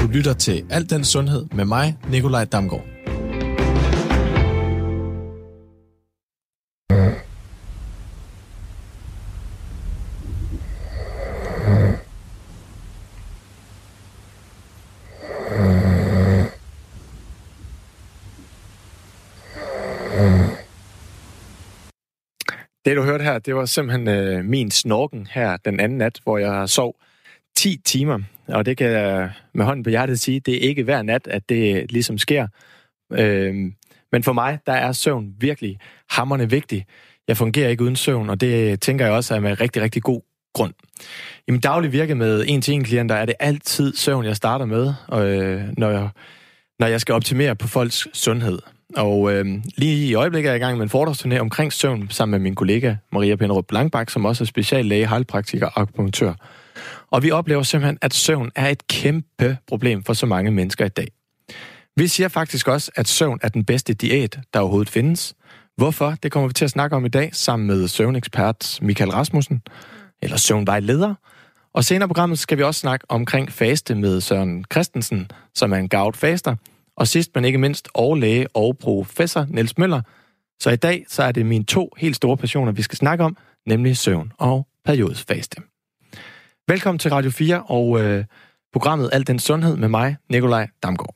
lytter til Al den Sundhed med mig, Nikolaj Damgaard. Det, du hørte her, det var simpelthen min snorken her den anden nat, hvor jeg sov 10 timer. Og det kan jeg med hånden på hjertet sige, det er ikke hver nat, at det ligesom sker. Men for mig, der er søvn virkelig hamrende vigtig. Jeg fungerer ikke uden søvn, og det tænker jeg også er med rigtig, rigtig god grund. I min daglige virke med 1-til-1-klienter er det altid søvn, jeg starter med, når jeg skal optimere på folks sundhed. Og lige i øjeblikket er jeg i gang med en foredragsturné omkring søvn sammen med min kollega Maria Penderup Blankbak, som også er speciallæge, heilpraktiker og akupunktør. Og vi oplever simpelthen, at søvn er et kæmpe problem for så mange mennesker i dag. Vi siger faktisk også, at søvn er den bedste diæt, der overhovedet findes. Hvorfor? Det kommer vi til at snakke om i dag sammen med søvnekspert Michael Rasmussen, eller søvnvejleder. Og senere i programmet skal vi også snakke omkring faste med Søren Christensen, som er en gout-faster. Og sidst, men ikke mindst, overlæge og professor Niels Møller. Så i dag så er det mine 2 helt store passioner, vi skal snakke om, nemlig søvn og periodisk faste. Velkommen til Radio 4 og programmet Al den Sundhed med mig, Nikolaj Damgaard.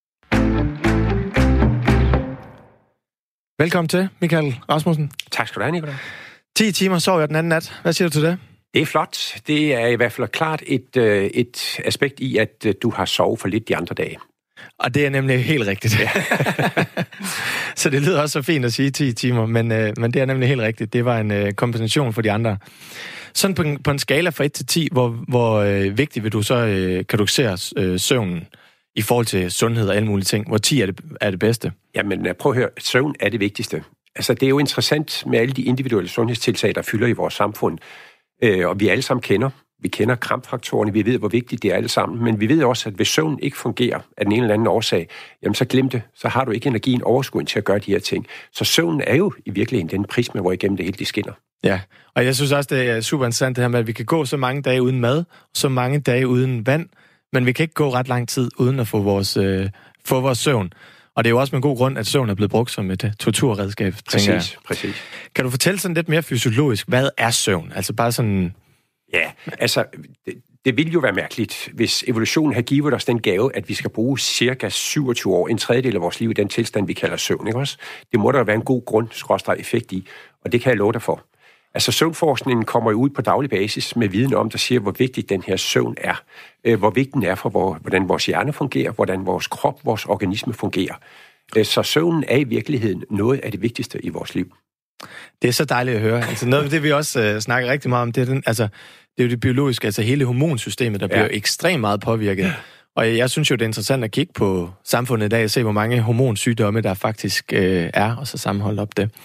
Velkommen til, Michael Rasmussen. Tak skal du have, Nikolaj. 10 timer sov jeg den anden nat. Hvad siger du til det? Det er flot. Det er i hvert fald klart et aspekt i, at du har sovet for lidt de andre dage. Og det er nemlig helt rigtigt. Ja. Så det lyder også så fint at sige 10 timer, men det er nemlig helt rigtigt. Det var en kompensation for de andre. Sådan på en skala fra 1 til 10, hvor vigtigt vil du så kategorisere søvnen i forhold til sundhed og alle mulige ting? Hvor 10 er det bedste? Jamen prøv at høre, søvn er det vigtigste. Altså det er jo interessant med alle de individuelle sundhedstiltag, der fylder i vores samfund, og vi alle sammen kender. Vi kender krampfaktorerne, vi ved, hvor vigtigt det er alle sammen, men vi ved også, at hvis søvn ikke fungerer af den ene eller anden årsag, jamen så glem det, så har du ikke energien overskud til at gøre de her ting. Så søvnen er jo i virkeligheden den prisme, hvor igennem det hele de skinner. Ja, og jeg synes også, det er super interessant det her med, at vi kan gå så mange dage uden mad, så mange dage uden vand, men vi kan ikke gå ret lang tid uden at få vores søvn. Og det er jo også med god grund, at søvn er blevet brugt som et torturredskab. Præcis. Kan du fortælle sådan lidt mere fysiologisk, hvad er søvn? Altså bare sådan... Ja, altså, det ville jo være mærkeligt, hvis evolutionen har givet os den gave, at vi skal bruge cirka 27 år, en tredjedel af vores liv i den tilstand, vi kalder søvn, ikke også? Det må der være en god grund/effekt i, og det kan jeg love dig for. Altså, søvnforskningen kommer jo ud på daglig basis med viden om, der siger, hvor vigtig den her søvn er. Hvor vigtig den er for, hvordan vores hjerne fungerer, hvordan vores krop, vores organisme fungerer. Så søvnen er i virkeligheden noget af det vigtigste i vores liv. Det er så dejligt at høre. Altså noget af det, vi også snakker rigtig meget om, det er det er jo det biologiske, altså hele hormonsystemet, der bliver ekstremt meget påvirket. Og jeg synes jo, det er interessant at kigge på samfundet i dag og se, hvor mange hormonsygdomme der faktisk er, og så sammenholde op det.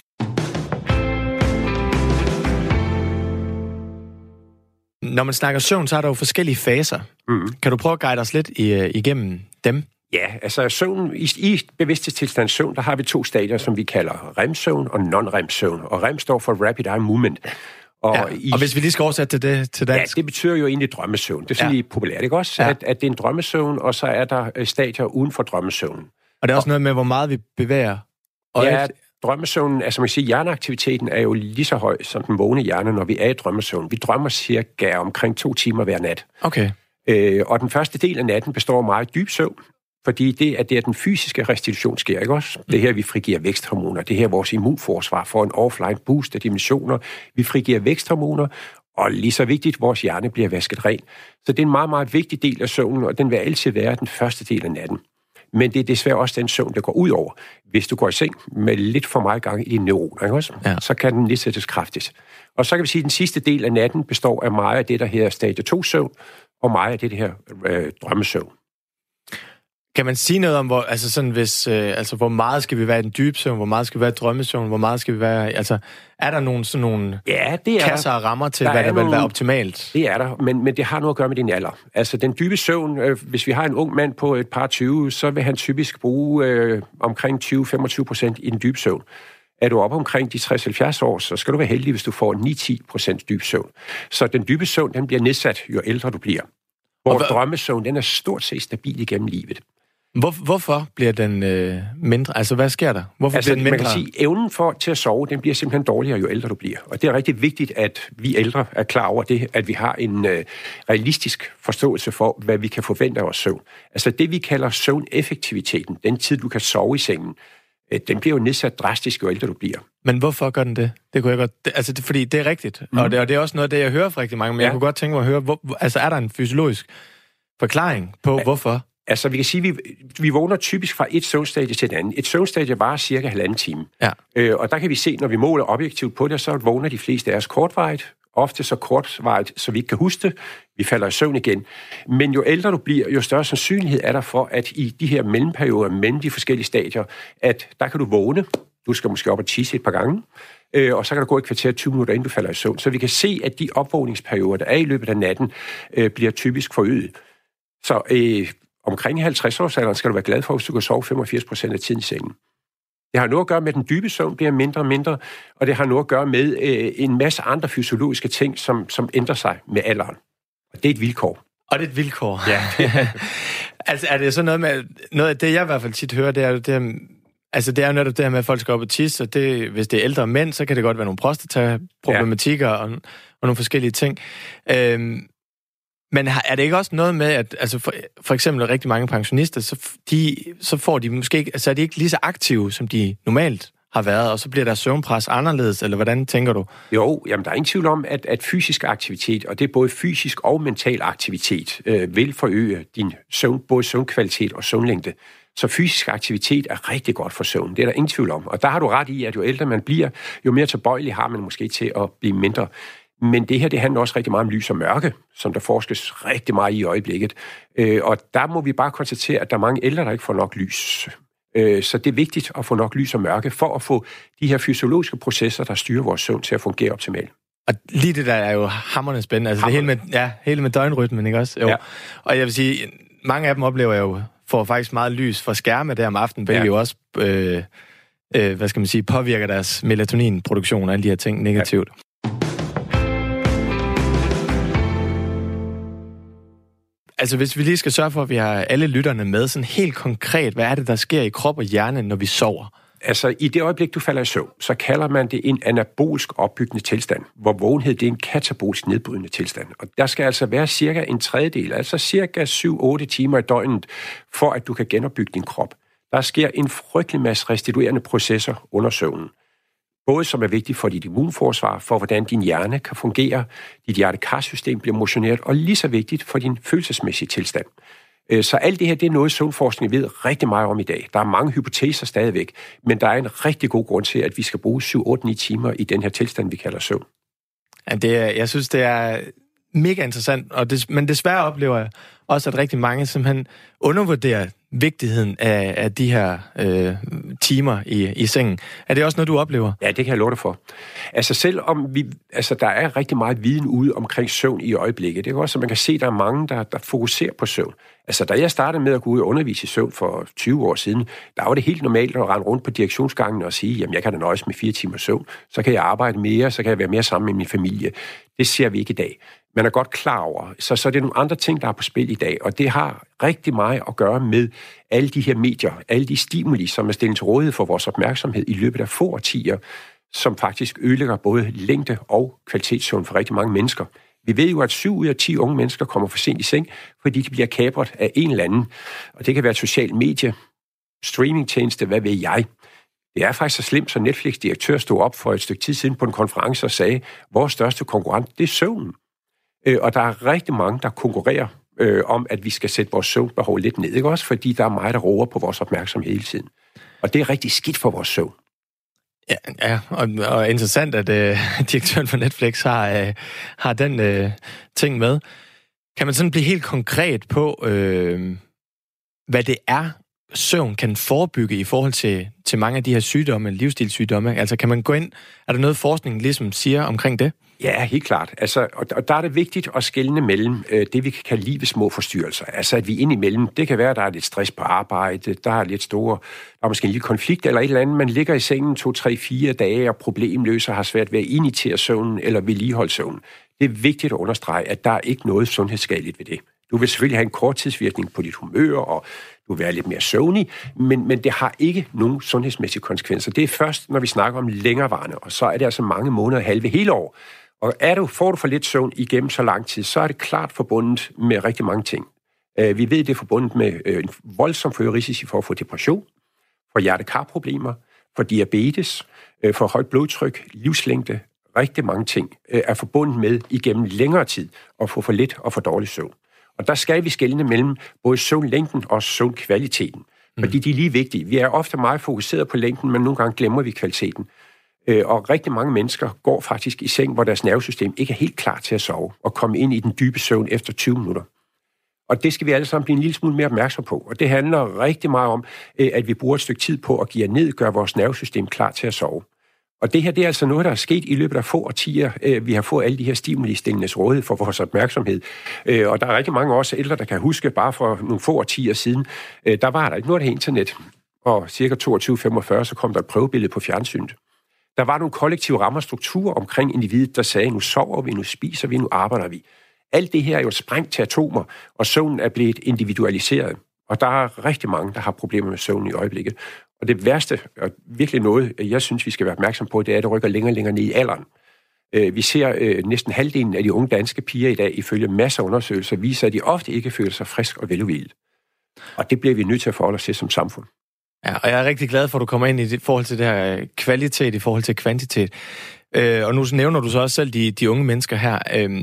Når man snakker søvn, så er der jo forskellige faser. Kan du prøve at guide os lidt igennem dem? Ja, altså søvn, i bevidsthedstilstand søvn, der har vi 2 stadier, som vi kalder REM-søvn og non-REM-søvn. Og REM står for Rapid Eye Movement. Og hvis vi lige skal oversætte det til dansk? Ja, det betyder jo egentlig drømmesøvn. Det er sådan lige populært, ikke også? Ja. At det er en drømmesøvn, og så er der stadier uden for drømmesøvnen. Og det er også noget med, hvor meget vi bevæger øjet. Ja, drømmesøvnen, altså man kan sige, hjerneaktiviteten er jo lige så høj som den vågne hjerne, når vi er i drømmesøvn. Vi drømmer cirka omkring 2 timer hver nat. Okay. Og den første del af natten består af meget dyb søvn, fordi det er der, den fysiske restitution sker, ikke også? Det her, vi frigiver væksthormoner. Det her, vores immunforsvar får en offline boost af dimensioner. Vi frigiver væksthormoner, og lige så vigtigt, vores hjerne bliver vasket ren. Så det er en meget, meget vigtig del af søvnen, og den vil altid være den første del af natten. Men det er desværre også den søvn, der går ud over. Hvis du går i seng med lidt for meget gang i dine neuroner, ikke også? Ja. Så kan den nedsættes kraftigt. Og så kan vi sige, at den sidste del af natten består af meget af det, der hedder stadie 2-søvn, og meget af det her drømmesøvn. Kan man sige noget om, hvor meget skal vi være i den dybe søvn, hvor meget skal vi være i drømmesøvn, hvor meget skal vi være... Altså, er der nogle kasser og rammer til, hvad der vil være optimalt? Det er der, men det har noget at gøre med din alder. Altså, den dybe søvn, hvis vi har en ung mand på et par 20, så vil han typisk bruge omkring 20-25% i den dybe søvn. Er du oppe omkring de 60-70 år, så skal du være heldig, hvis du får 9-10% dyb søvn. Så den dybe søvn, den bliver nedsat, jo ældre du bliver. Vores drømmesøvn, den er stort set stabil igennem livet. Hvorfor bliver den mindre? Altså, hvad sker der? Hvorfor bliver den mindre? Man kan sige, evnen til at sove, den bliver simpelthen dårligere, jo ældre du bliver. Og det er rigtig vigtigt, at vi ældre er klar over det, at vi har en realistisk forståelse for, hvad vi kan forvente af vores søvn. Altså det, vi kalder søvneffektiviteten, den tid, du kan sove i sengen, den bliver jo nedsat drastisk, jo ældre du bliver. Men hvorfor gør den det? Det kunne jeg godt... fordi det er rigtigt, og det er også noget, det jeg hører fra rigtig mange, men jeg kunne godt tænke mig at høre, er der en fysiologisk forklaring på, hvorfor? Altså, vi kan sige, at vi vågner typisk fra et søvnstadie til et andet. Et søvnstadie varer cirka 1,5 time. Ja. Og der kan vi se, når vi måler objektivt på det, så vågner de fleste af os kortvarigt. Ofte så kortvarigt, så vi ikke kan huske det. Vi falder i søvn igen. Men jo ældre du bliver, jo større sandsynlighed er der for, at i de her mellemperioder mellem de forskellige stadier, at der kan du vågne. Du skal måske op og tisse et par gange. Og så kan der gå et kvarter 20 minutter, inden du falder i søvn. Så vi kan se, at de opvågningsperioder, der er i løbet af natten, bliver typisk forøget. Så omkring 50-årsalderen skal du være glad for, hvis du kan sove 85% af tiden i sengen. Det har noget at gøre med, at den dybe søvn bliver mindre og mindre, og det har noget at gøre med en masse andre fysiologiske ting, som ændrer sig med alderen. Og det er et vilkår. Og det er et vilkår? Ja. Altså er det så noget af det, jeg i hvert fald tit hører, det er jo det, altså det er jo netop det her med, at folk skal op og tisse, og det, hvis det er ældre mænd, så kan det godt være nogle prostataproblematikker og nogle forskellige ting. Men er det ikke også noget med, at altså for eksempel rigtig mange pensionister, så får de måske ikke, altså er de ikke lige så aktive, som de normalt har været, og så bliver deres søvnpres anderledes, eller hvordan tænker du? Jo, jamen der er ingen tvivl om, at fysisk aktivitet, og det er både fysisk og mental aktivitet, vil forøge din søvn, både søvnkvalitet og søvnlængde. Så fysisk aktivitet er rigtig godt for søvn, det er der ingen tvivl om. Og der har du ret i, at jo ældre man bliver, jo mere tilbøjelig har man måske til at blive mindre. Men det her, det handler også rigtig meget om lys og mørke, som der forskes rigtig meget i øjeblikket. Og der må vi bare konstatere, at der er mange ældre, der ikke får nok lys. Så det er vigtigt at få nok lys og mørke, for at få de her fysiologiske processer, der styrer vores søvn, til at fungere optimalt. Og lige det der er jo hamrende spændende. Altså det hele med døgnrytmen, ikke også? Jo. Ja. Og jeg vil sige, mange af dem oplever jeg jo, får faktisk meget lys fra skærme der om aftenen, hvilket jo også påvirker deres melatoninproduktion og alle de her ting negativt. Ja. Altså, hvis vi lige skal sørge for, at vi har alle lytterne med, sådan helt konkret, hvad er det, der sker i krop og hjerne, når vi sover? Altså, i det øjeblik, du falder i søvn, så kalder man det en anabolsk opbyggende tilstand, hvor vågenhed, det er en katabolsk nedbrydende tilstand. Og der skal altså være cirka en tredjedel, altså cirka 7-8 timer i døgnet, for at du kan genopbygge din krop. Der sker en frygtelig masse restituerende processer under søvnen. Både som er vigtigt for dit immunforsvar, for hvordan din hjerne kan fungere, dit hjertekarsystem bliver motioneret, og lige så vigtigt for din følelsesmæssige tilstand. Så alt det her, det er noget, søvnforskning ved rigtig meget om i dag. Der er mange hypoteser stadigvæk, men der er en rigtig god grund til, at vi skal bruge 7-8-9 timer i den her tilstand, vi kalder søvn. Ja, jeg synes, det er mega interessant, men desværre oplever jeg også, at rigtig mange simpelthen undervurderer vigtigheden af de her timer i sengen. Er det også noget, du oplever? Ja, det kan jeg love dig for. Altså selvom der er rigtig meget viden ude omkring søvn i øjeblikket. Det er også, at man kan se, at der er mange, der fokuserer på søvn. Altså da jeg startede med at gå ud og undervise i søvn for 20 år siden, der var det helt normalt at rende rundt på direktionsgangen og sige, jamen jeg kan da nøjes med 4 timer søvn, så kan jeg arbejde mere, så kan jeg være mere sammen med min familie. Det ser vi ikke i dag. Man er godt klar over. Så det er nogle andre ting, der er på spil i dag, og det har rigtig meget at gøre med alle de her medier, alle de stimuli, som er stillet til rådighed for vores opmærksomhed i løbet af få årtier, som faktisk ødelægger både længde og kvalitetssøvn for rigtig mange mennesker. Vi ved jo, at 7 ud af 10 unge mennesker kommer for sent i seng, fordi de bliver kapret af en eller anden. Og det kan være et socialt medie, streamingtjeneste, hvad ved jeg. Det er faktisk så slemt, så Netflix-direktør stod op for et stykke tid siden på en konference og sagde, vores største konkurrent, det er søvnen. Og der er rigtig mange, der konkurrerer om, at vi skal sætte vores søvnbehov lidt ned, ikke også? Fordi der er meget, der roer på vores opmærksomhed hele tiden. Og det er rigtig skidt for vores søvn. Ja, og interessant, at direktøren for Netflix har den ting med. Kan man sådan blive helt konkret på, hvad det er, søvn kan forebygge i forhold til mange af de her sygdomme, livsstilssygdomme? Altså kan man gå ind, er der noget forskning ligesom siger omkring det? Ja, helt klart. Altså, og der er det vigtigt at skelne mellem det, vi kan kalde livets små forstyrrelser. Altså, at vi indimellem, det kan være, at der er lidt stress på arbejde, der er lidt store, der er måske en lille konflikt eller et eller andet. Man ligger i sengen 2-3-4 dage og problemløser, har svært ved at initiere søvnen eller vedligeholde søvnen. Det er vigtigt at understrege, at der er ikke noget sundhedsskadeligt ved det. Du vil selvfølgelig have en korttidsvirkning på dit humør, og du vil være lidt mere søvnig, men det har ikke nogen sundhedsmæssige konsekvenser. Det er først, når vi snakker om længerevarende, og så er det altså mange måneder, halve hele år. Og får du for lidt søvn igennem så lang tid, så er det klart forbundet med rigtig mange ting. Vi ved, det er forbundet med en voldsom forøget risiko for at få depression, for hjerte-kar-problemer, for diabetes, for højt blodtryk, livslængde. Rigtig mange ting er forbundet med igennem længere tid at få for lidt og for dårlig søvn. Og der skal vi skelne mellem både søvnlængden og søvnkvaliteten, fordi de er lige vigtige. Vi er ofte meget fokuseret på længden, men nogle gange glemmer vi kvaliteten. Og rigtig mange mennesker går faktisk i seng, hvor deres nervesystem ikke er helt klar til at sove, og komme ind i den dybe søvn efter 20 minutter. Og det skal vi alle sammen blive en lille smule mere opmærksom på. Og det handler rigtig meget om, at vi bruger et stykke tid på at give ned, gøre vores nervesystem klar til at sove. Og det her, det er altså noget, der er sket i løbet af få årtier. Vi har fået alle de her stimuli-stillendes rådighed for vores opmærksomhed. Og der er rigtig mange også ældre, der kan huske, bare for nogle få årtier siden, der var der ikke noget af internet. Og cirka 22-45, så kom der et prøvebillede på fjernsynet. Der var nogle kollektive rammer og strukturer omkring individet, der sagde, nu sover vi, nu spiser vi, nu arbejder vi. Alt det her er jo sprængt til atomer, og søvnen er blevet individualiseret. Og der er rigtig mange, der har problemer med søvn i øjeblikket. Og det værste, og virkelig noget, jeg synes, vi skal være opmærksom på, det er, at det rykker længere og længere ned i alderen. Vi ser næsten halvdelen af de unge danske piger i dag, ifølge masser af undersøgelser, viser, at de ofte ikke føler sig frisk og veludhvilet. Og det bliver vi nødt til at forholde os til som samfund. Ja, og jeg er rigtig glad for, at du kommer ind i forhold til det her kvalitet i forhold til kvantitet. Og nu nævner du så også selv de unge mennesker her.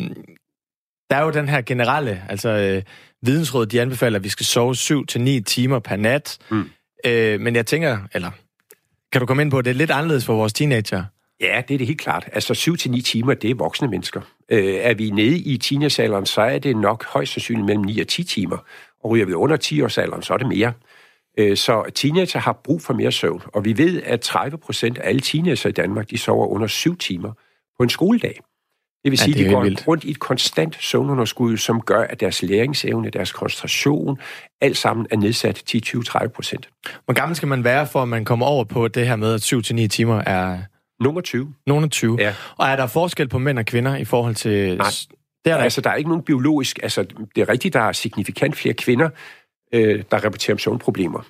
Der er jo den her generelle, vidensrådet, de anbefaler, at vi skal sove 7-9 timer per nat. Men jeg tænker, kan du komme ind på, at det er lidt anderledes for vores teenager? Ja, det er det helt klart. Altså 7-9 timer, det er voksne mennesker. Er vi nede i teenagealderen, så er det nok højst sandsynligt mellem 9 og 10 timer. Og ryger vi under 10-årsalderen, så er det mere. Så teenager har brug for mere søvn. Og vi ved, at 30% af alle teenager i Danmark, de sover under 7 timer på en skoledag. Det vil sige, at de går rundt i et konstant søvnunderskud, som gør, at deres læringsevne, deres koncentration, alt sammen er nedsat 10-20-30%. Hvor gammel skal man være, for at man kommer over på det her med, at 7-9 timer er... Nogle 20. Nogle 20. Ja. Og er der forskel på mænd og kvinder i forhold til... Nej, der er ikke nogen biologisk... Altså, det er rigtigt, der er signifikant flere kvinder, der rapporterer om søvnproblemer,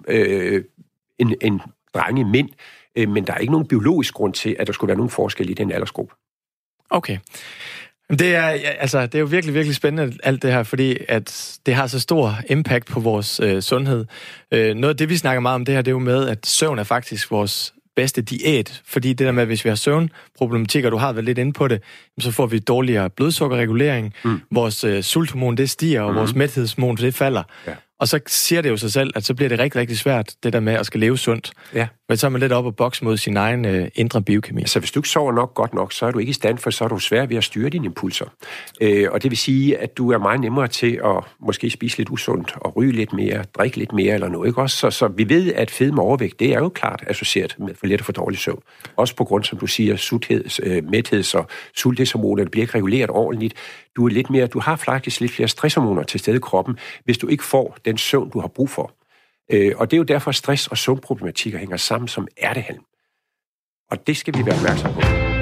end drenge mænd, men der er ikke nogen biologisk grund til, at der skulle være nogen forskel i den aldersgruppe. Okay. Det er jo virkelig, virkelig spændende alt det her, fordi at det har så stor impact på vores sundhed. Noget af det, vi snakker meget om det her, det er jo med, at søvn er faktisk vores bedste diæt, fordi det der med, at hvis vi har søvnproblematikker, du har været lidt inde på det, så får vi dårligere blodsukkerregulering, vores sulthormon, det stiger, og vores mæthedshormon, det falder. Ja. Og så siger det jo sig selv, at så bliver det rigtig, rigtig svært, det der med at skal leve sundt. Ja. Men så er man lidt op og bokse mod sin egen indre biokemi. Altså, hvis du ikke sover godt nok, så er du ikke i stand for, så er du svær ved at styre dine impulser. Og det vil sige, at du er meget nemmere til at måske spise lidt usundt, og ryge lidt mere, drikke lidt mere eller noget, ikke også? Så vi ved, at fedme og overvægt, det er jo klart associeret med for let og for dårlig søvn. Også på grund, som du siger, mætheds- og sulthedshormoner, det bliver ikke reguleret ordentligt. Du har faktisk lidt flere stresshormoner til stede i kroppen, hvis du ikke får den søvn, du har brug for. Og det er jo derfor, at stress- og søvnproblematikker hænger sammen som ærtehalm. Og det skal vi være opmærksom på.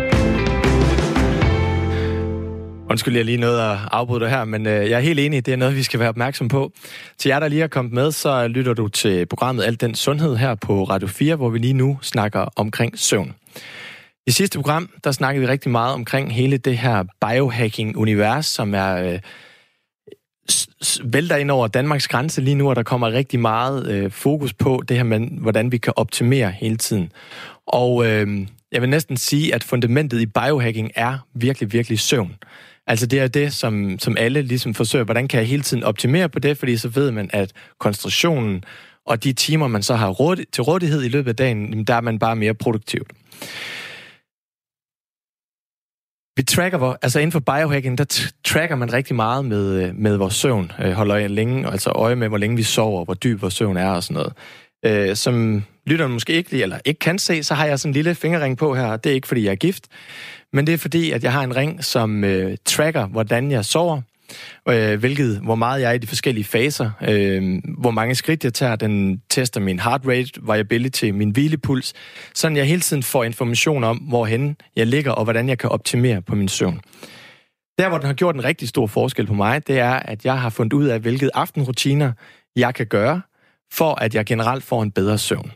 Undskyld, jeg lige nåede at afbryde dig her, men jeg er helt enig, det er noget, vi skal være opmærksom på. Til jer, der lige er kommet med, så lytter du til programmet Alt den Sundhed her på Radio 4, hvor vi lige nu snakker omkring søvn. I sidste program, der snakkede vi rigtig meget omkring hele det her biohacking-univers, som er vælter ind over Danmarks grænse lige nu, og der kommer rigtig meget fokus på det her med, hvordan vi kan optimere hele tiden. Og jeg vil næsten sige, at fundamentet i biohacking er virkelig, virkelig søvn. Altså det er det, som alle ligesom forsøger, hvordan kan jeg hele tiden optimere på det, fordi så ved man, at koncentrationen og de timer, man så har til rådighed i løbet af dagen, der er man bare mere produktivt. Vi tracker, altså inden for biohacking, der tracker man rigtig meget med vores søvn. Holder øje med, hvor længe vi sover, hvor dyb vores søvn er og sådan noget. Som lytteren måske ikke kan se, så har jeg sådan en lille fingerring på her. Det er ikke, fordi jeg er gift, men det er fordi, at jeg har en ring, som tracker, hvordan jeg sover, hvor meget jeg er i de forskellige faser, hvor mange skridt jeg tager. Den tester min heart rate, variability, min hvilepuls, sådan jeg hele tiden får information om, hvorhen jeg ligger, og hvordan jeg kan optimere på min søvn. Der, hvor den har gjort en rigtig stor forskel på mig, det er, at jeg har fundet ud af, hvilket aftenrutiner jeg kan gøre, for at jeg generelt får en bedre søvn.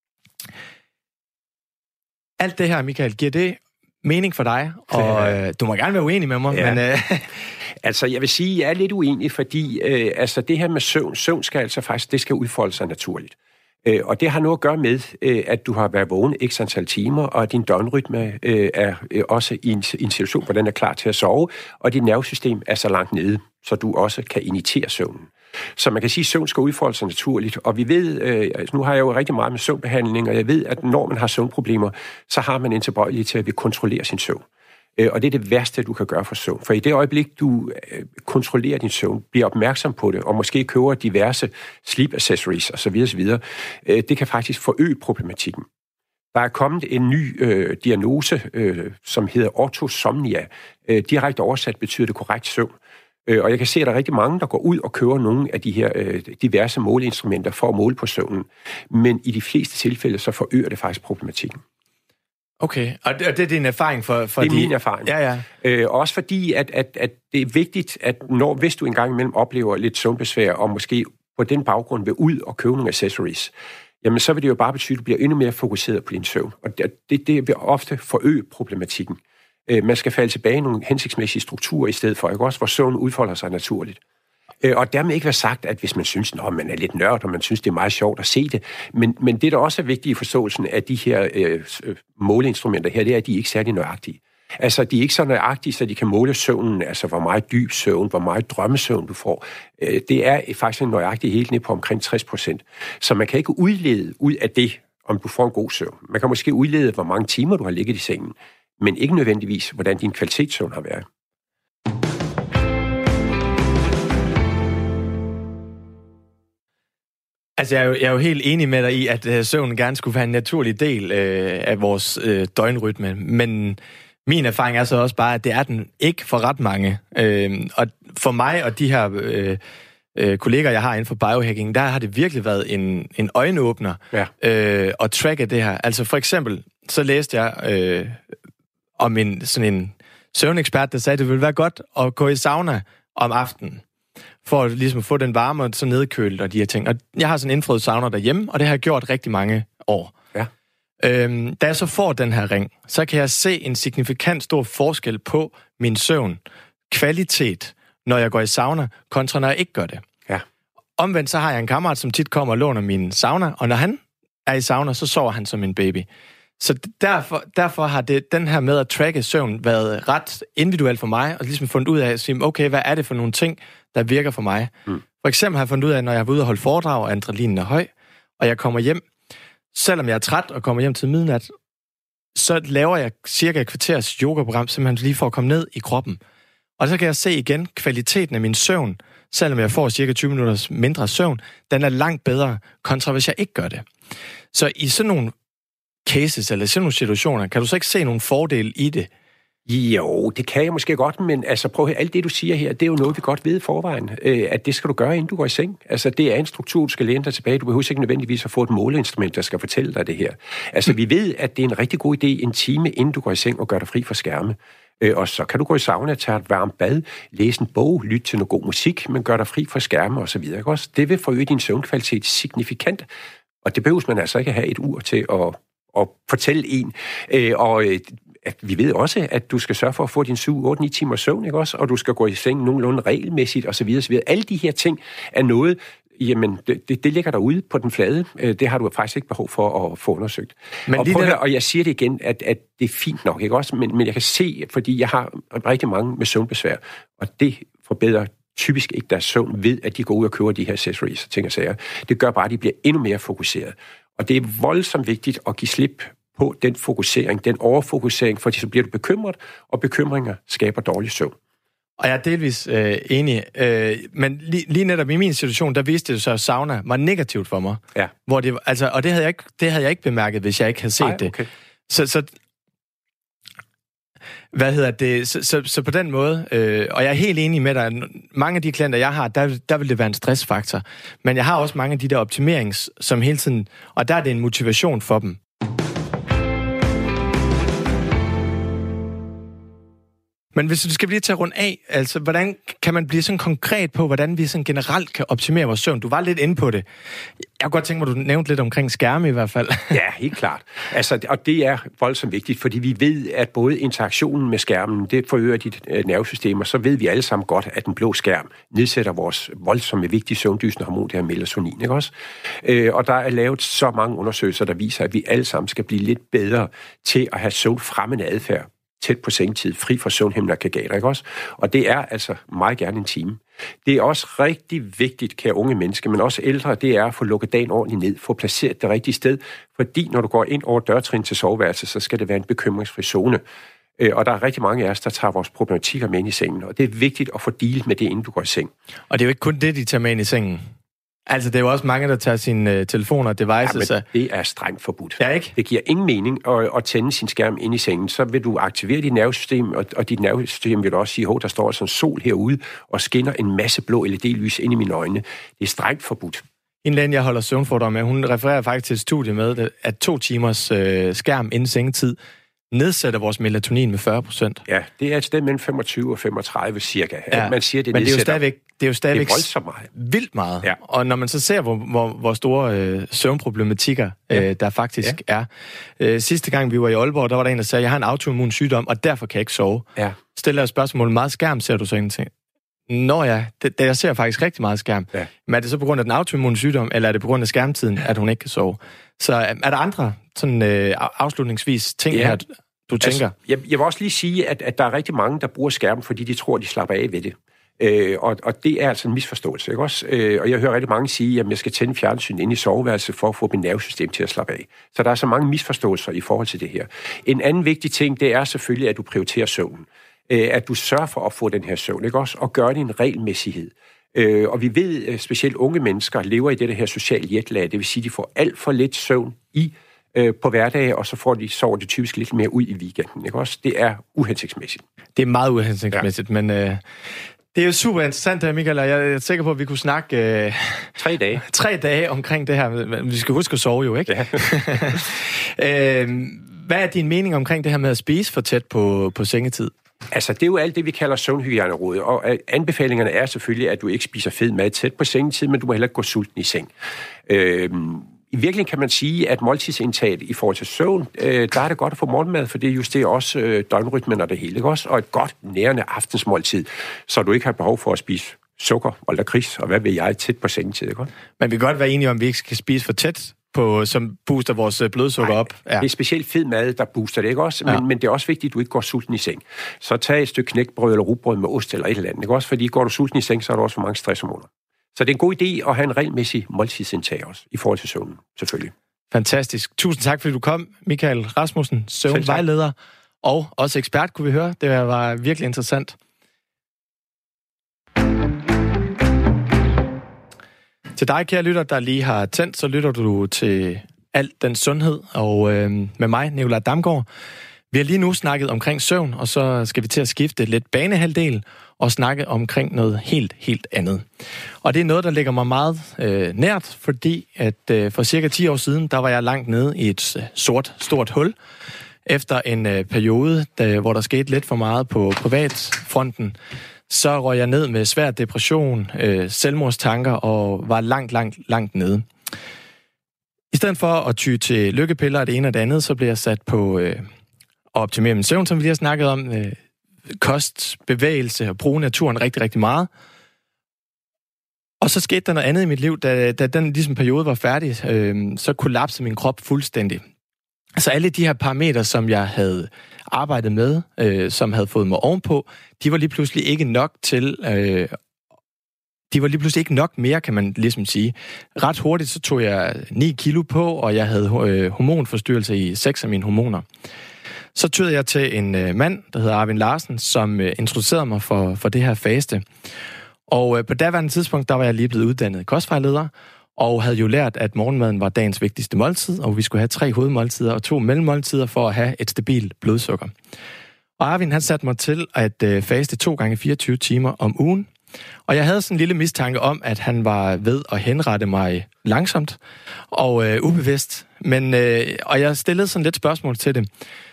Alt det her, Michael, giver det mening for dig? Og du må gerne være uenig med mig, ja. Men... Altså, jeg vil sige, at jeg er lidt uenig, fordi det her med søvn skal altså faktisk, det skal udfolde sig naturligt. Og det har noget at gøre med, at du har været vågen x antal timer, og at din døgnrytme er også i en situation, hvor den er klar til at sove, og dit nervesystem er så langt nede, så du også kan initiere søvnen. Så man kan sige, at søvn skal udfolde sig naturligt, og vi ved, nu har jeg jo rigtig meget med søvnbehandling, og jeg ved, at når man har søvnproblemer, så har man en tilbøjelighed til at vil kontrollere sin søvn. Og det er det værste, du kan gøre for søvn. For i det øjeblik, du kontrollerer din søvn, bliver opmærksom på det, og måske køber diverse sleep accessories osv., det kan faktisk forøge problematikken. Der er kommet en ny diagnose, som hedder ortosomnia. Direkte oversat betyder det korrekt søvn. Og jeg kan se, at der er rigtig mange, der går ud og køber nogle af de her diverse måleinstrumenter for at måle på søvnen. Men i de fleste tilfælde, så forøger det faktisk problematikken. Okay, og det er din erfaring for det er min erfaring. Ja. Også fordi, at det er vigtigt, at hvis du engang imellem oplever lidt søvnbesvær, og måske på den baggrund vil ud og købe nogle accessories, jamen så vil det jo bare betyde, at du bliver endnu mere fokuseret på din søvn. Og det vil ofte forøge problematikken. Man skal falde tilbage i nogle hensigtsmæssige strukturer i stedet for, ikke også, hvor søvn udfolder sig naturligt. Og dermed ikke være sagt, at hvis man synes, at man er lidt nørd, og man synes, det er meget sjovt at se det, men det, der også er vigtigt i forståelsen af de her måleinstrumenter her, det er, at de ikke er særlig nøjagtige. Altså, de er ikke så nøjagtige, så de kan måle søvnen, altså hvor meget dyb søvn, hvor meget drømmesøvn du får. Det er faktisk en nøjagtig helt ned på omkring 60%. Så man kan ikke udlede ud af det, om du får en god søvn. Man kan måske udlede, hvor mange timer du har ligget i sengen, men ikke nødvendigvis, hvordan din kvalitetssøvn har været. Altså, jeg er jo helt enig med dig i, at søvn gerne skulle være en naturlig del af vores døgnrytme, men min erfaring er så også bare, at det er den ikke for ret mange. Og for mig og de her kolleger, jeg har inden for biohacking, der har det virkelig været en øjenåbner at tracke det her. Altså for eksempel, så læste jeg om sådan en søvnekspert, der sagde, at det ville være godt at gå i sauna om aftenen, for at ligesom få den varme og så nedkølet og de her ting. Og jeg har sådan en indfrøet sauna derhjemme, og det har jeg gjort rigtig mange år. Ja. Da jeg så får den her ring, så kan jeg se en signifikant stor forskel på min søvn, kvalitet, når jeg går i sauna, kontra når jeg ikke gør det. Ja. Omvendt så har jeg en kammerat, som tit kommer og låner min sauna, og når han er i sauna, så sover han som en baby. Så derfor har den her med at tracke søvn været ret individuelt for mig, og ligesom fundet ud af at sige, okay, hvad er det for nogle ting, der virker for mig? For eksempel har jeg fundet ud af, når jeg er ude og holde foredrag, og adrenalinen er høj, og jeg kommer hjem, selvom jeg er træt og kommer hjem til midnat, så laver jeg cirka et kvarters yogaprogram, simpelthen lige for at komme ned i kroppen. Og så kan jeg se igen, kvaliteten af min søvn, selvom jeg får cirka 20 minutters mindre søvn, den er langt bedre, kontra hvis jeg ikke gør det. Så i sådan nogle cases eller sådan nogle situationer, kan du så ikke se nogle fordele i det? Jo, det kan jeg måske godt, men altså prøv at høre, alt det du siger her, det er jo noget, vi godt ved i forvejen, at det skal du gøre, inden du går i seng. Altså det er en struktur, du skal læne dig tilbage. Du behøver ikke nødvendigvis at få et måleinstrument, der skal fortælle dig det her. Altså vi ved, at det er en rigtig god idé en time, inden du går i seng og gør dig fri fra skærme. Og så kan du gå i sauna, tage et varmt bad, læse en bog, lytte til noget god musik, men gør dig fri fra skærme osv. Det vil forøge din søvnkvalitet signifikant, og det behøver man altså ikke have et ur til at fortælle en. At vi ved også, at du skal sørge for at få din 7-8-9 timer søvn, ikke også? Og du skal gå i seng nogenlunde regelmæssigt osv. Alle de her ting er noget, jamen, det ligger derude på den flade. Det har du faktisk ikke behov for at få undersøgt. Men og jeg siger det igen, at det er fint nok, ikke også? Men jeg kan se, fordi jeg har rigtig mange med søvnbesvær, og det forbedrer typisk ikke deres søvn ved, at de går ud og køber de her accessories og ting og sager. Det gør bare, at de bliver endnu mere fokuseret. Og det er voldsomt vigtigt at give slip på den fokusering, den overfokusering, fordi så bliver du bekymret, og bekymringer skaber dårlig søvn. Og jeg er delvis enig, men lige netop i min situation, der viste det så, at sauna var negativt for mig. Ja. Hvor det, altså, og det havde jeg ikke bemærket, hvis jeg ikke havde set det. Så hvad hedder det? Så på den måde, og jeg er helt enig med dig, mange af de klienter, jeg har, der vil det være en stressfaktor. Men jeg har også mange af de der optimerings, som hele tiden, og der er det en motivation for dem. Men hvis du skal lige tage rundt af, altså hvordan kan man blive sådan konkret på, hvordan vi sådan generelt kan optimere vores søvn? Du var lidt inde på det. Jeg kunne godt tænke mig, at du nævnte lidt omkring skærme i hvert fald. Ja, helt klart. Altså, og det er voldsomt vigtigt, fordi vi ved, at både interaktionen med skærmen, det forøger dit nervesystem, og så ved vi alle sammen godt, at den blå skærm nedsætter vores voldsomme vigtige søvndysende hormon, det her melatonin, ikke også? Og der er lavet så mange undersøgelser, der viser, at vi alle sammen skal blive lidt bedre til at have søvnfremmende adfærd tæt på sengetid, fri for søvnhæmmende aggregater, ikke også? Og det er altså meget gerne en time. Det er også rigtig vigtigt, kære unge mennesker, men også ældre, det er at få lukket dagen ordentligt ned, få placeret det rigtige sted, fordi når du går ind over dørtrin til soveværelset, så skal det være en bekymringsfri zone. Og der er rigtig mange af os, der tager vores problematikker med ind i sengen, og det er vigtigt at få deal med det, inden du går i seng. Og det er jo ikke kun det, de tager med ind i sengen. Altså, det er jo også mange, der tager sine telefoner og devices. Ja, men det er strengt forbudt. Ja, ikke? Det giver ingen mening at tænde sin skærm ind i sengen. Så vil du aktivere dit nervesystem, og dit nervesystem vil også sige, der står altså en sol herude og skinner en masse blå LED-lys ind i mine øjne. Det er strengt forbudt. En læge, jeg holder søvnforedrag med, hun refererer faktisk til et studie med, at 2 timers skærm inden sengetid nedsætter vores melatonin med 40%. Ja, det er et sted mellem 25 og 35 cirka. Ja, man siger, det men nedsætter. Det er jo stadigvæk voldsomt meget. Vildt meget. Ja. Og når man så ser, hvor store søvnproblematikker der faktisk er. Sidste gang vi var i Aalborg, der var der en, der sagde, jeg har en autoimmun sygdom, og derfor kan jeg ikke sove. Ja. Stiller jeg spørgsmålet, meget skærm ser du så ingenting? Nå ja, jeg ser faktisk rigtig meget skærm. Ja. Men er det så på grund af den autoimmune sygdom, eller er det på grund af skærmtiden, at hun ikke kan sove? Så er der andre sådan afslutningsvis ting her, du tænker? Jeg vil også lige sige, at der er rigtig mange, der bruger skærmen, fordi de tror, de slapper af ved det. Og det er altså en misforståelse, ikke også? Og jeg hører rigtig mange sige, at jeg skal tænde fjernsyn ind i soveværelset for at få mit nervesystem til at slappe af. Så der er så mange misforståelser i forhold til det her. En anden vigtig ting, det er selvfølgelig, at du prioriterer søvnen. At du sørger for at få den her søvn, ikke også? Og gør det en regelmæssighed. Og vi ved, at specielt unge mennesker lever i det her sociale jetlag. Det vil sige, at de får alt for lidt søvn på hverdage, og så sover de typisk lidt mere ud i weekenden, ikke også? Det er uhensigtsmæssigt. Det er meget uhensigtsmæssigt, men det er jo super interessant, Michael, og jeg er sikker på, at vi kunne snakke 3 dage omkring det her. Vi skal huske at sove jo, ikke? Ja. Hvad er din mening omkring det her med at spise for tæt på sengetid? Altså, det er jo alt det, vi kalder søvnhygiejnerådet, og anbefalingerne er selvfølgelig, at du ikke spiser fed mad tæt på sengetid, men du må heller ikke gå sulten i seng. I virkeligheden kan man sige, at måltidsindtaget i forhold til søvn, der er det godt at få morgenmad, for det justerer også døgnrytmen og det hele, ikke også? Og et godt nærende aftensmåltid, så du ikke har behov for at spise sukker og lakrids, og hvad vil jeg tæt på sengetid, ikke også? Men vi kan godt være enige om, at vi ikke skal spise for tæt, som booster vores blodsukker op. Ja. Det er specielt fed mad, der booster det, ikke også? Men det er også vigtigt, at du ikke går sulten i seng. Så tag et stykke knækbrød eller rugbrød med ost eller et eller andet, ikke også? Fordi går du sulten i seng, så er der også for mange stresshormoner. Så det er en god idé at have en regelmæssig måltidsindtag også, i forhold til søvnen, selvfølgelig. Fantastisk. Tusind tak, fordi du kom, Michael Rasmussen, søvnvejleder, og også ekspert, kunne vi høre. Det var virkelig interessant. Til dig, kære lytter, der lige har tændt, så lytter du til Alt den Sundhed, og med mig, Nikolaj Damgaard. Vi har lige nu snakket omkring søvn, og så skal vi til at skifte lidt banehalvdel og snakke omkring noget helt andet. Og det er noget, der ligger mig meget nært, fordi at for cirka 10 år siden, der var jeg langt nede i et stort hul. Efter en periode, hvor der skete lidt for meget på privatfronten, så røg jeg ned med svær depression, selvmordstanker og var langt nede. I stedet for at ty til lykkepiller og det ene og det andet, så blev jeg sat på at optimere min søvn, som vi lige har snakket om. Kost, bevægelse og bruge naturen rigtig meget. Og så skete der noget andet i mit liv, da den ligesom periode var færdig, så kollapsede min krop fuldstændig. Altså alle de her parametre, som jeg havde arbejdet med, som havde fået mig ovenpå, de var lige pludselig ikke nok til... De var lige pludselig ikke nok mere, kan man ligesom sige. Ret hurtigt så tog jeg 9 kilo på, og jeg havde hormonforstyrrelse i 6 af mine hormoner. Så tød jeg til en mand, der hedder Arvind Larsen, som introducerede mig for det her faste. Og på daværende tidspunkt, der var jeg lige blevet uddannet kostvejleder, og havde jo lært, at morgenmaden var dagens vigtigste måltid, og vi skulle have 3 hovedmåltider og 2 mellemmåltider for at have et stabilt blodsukker. Og Arvind, han satte mig til at faste 2 gange 24 timer om ugen. Og jeg havde sådan en lille mistanke om, at han var ved at henrette mig langsomt og ubevidst. Og jeg stillede sådan lidt spørgsmål til det.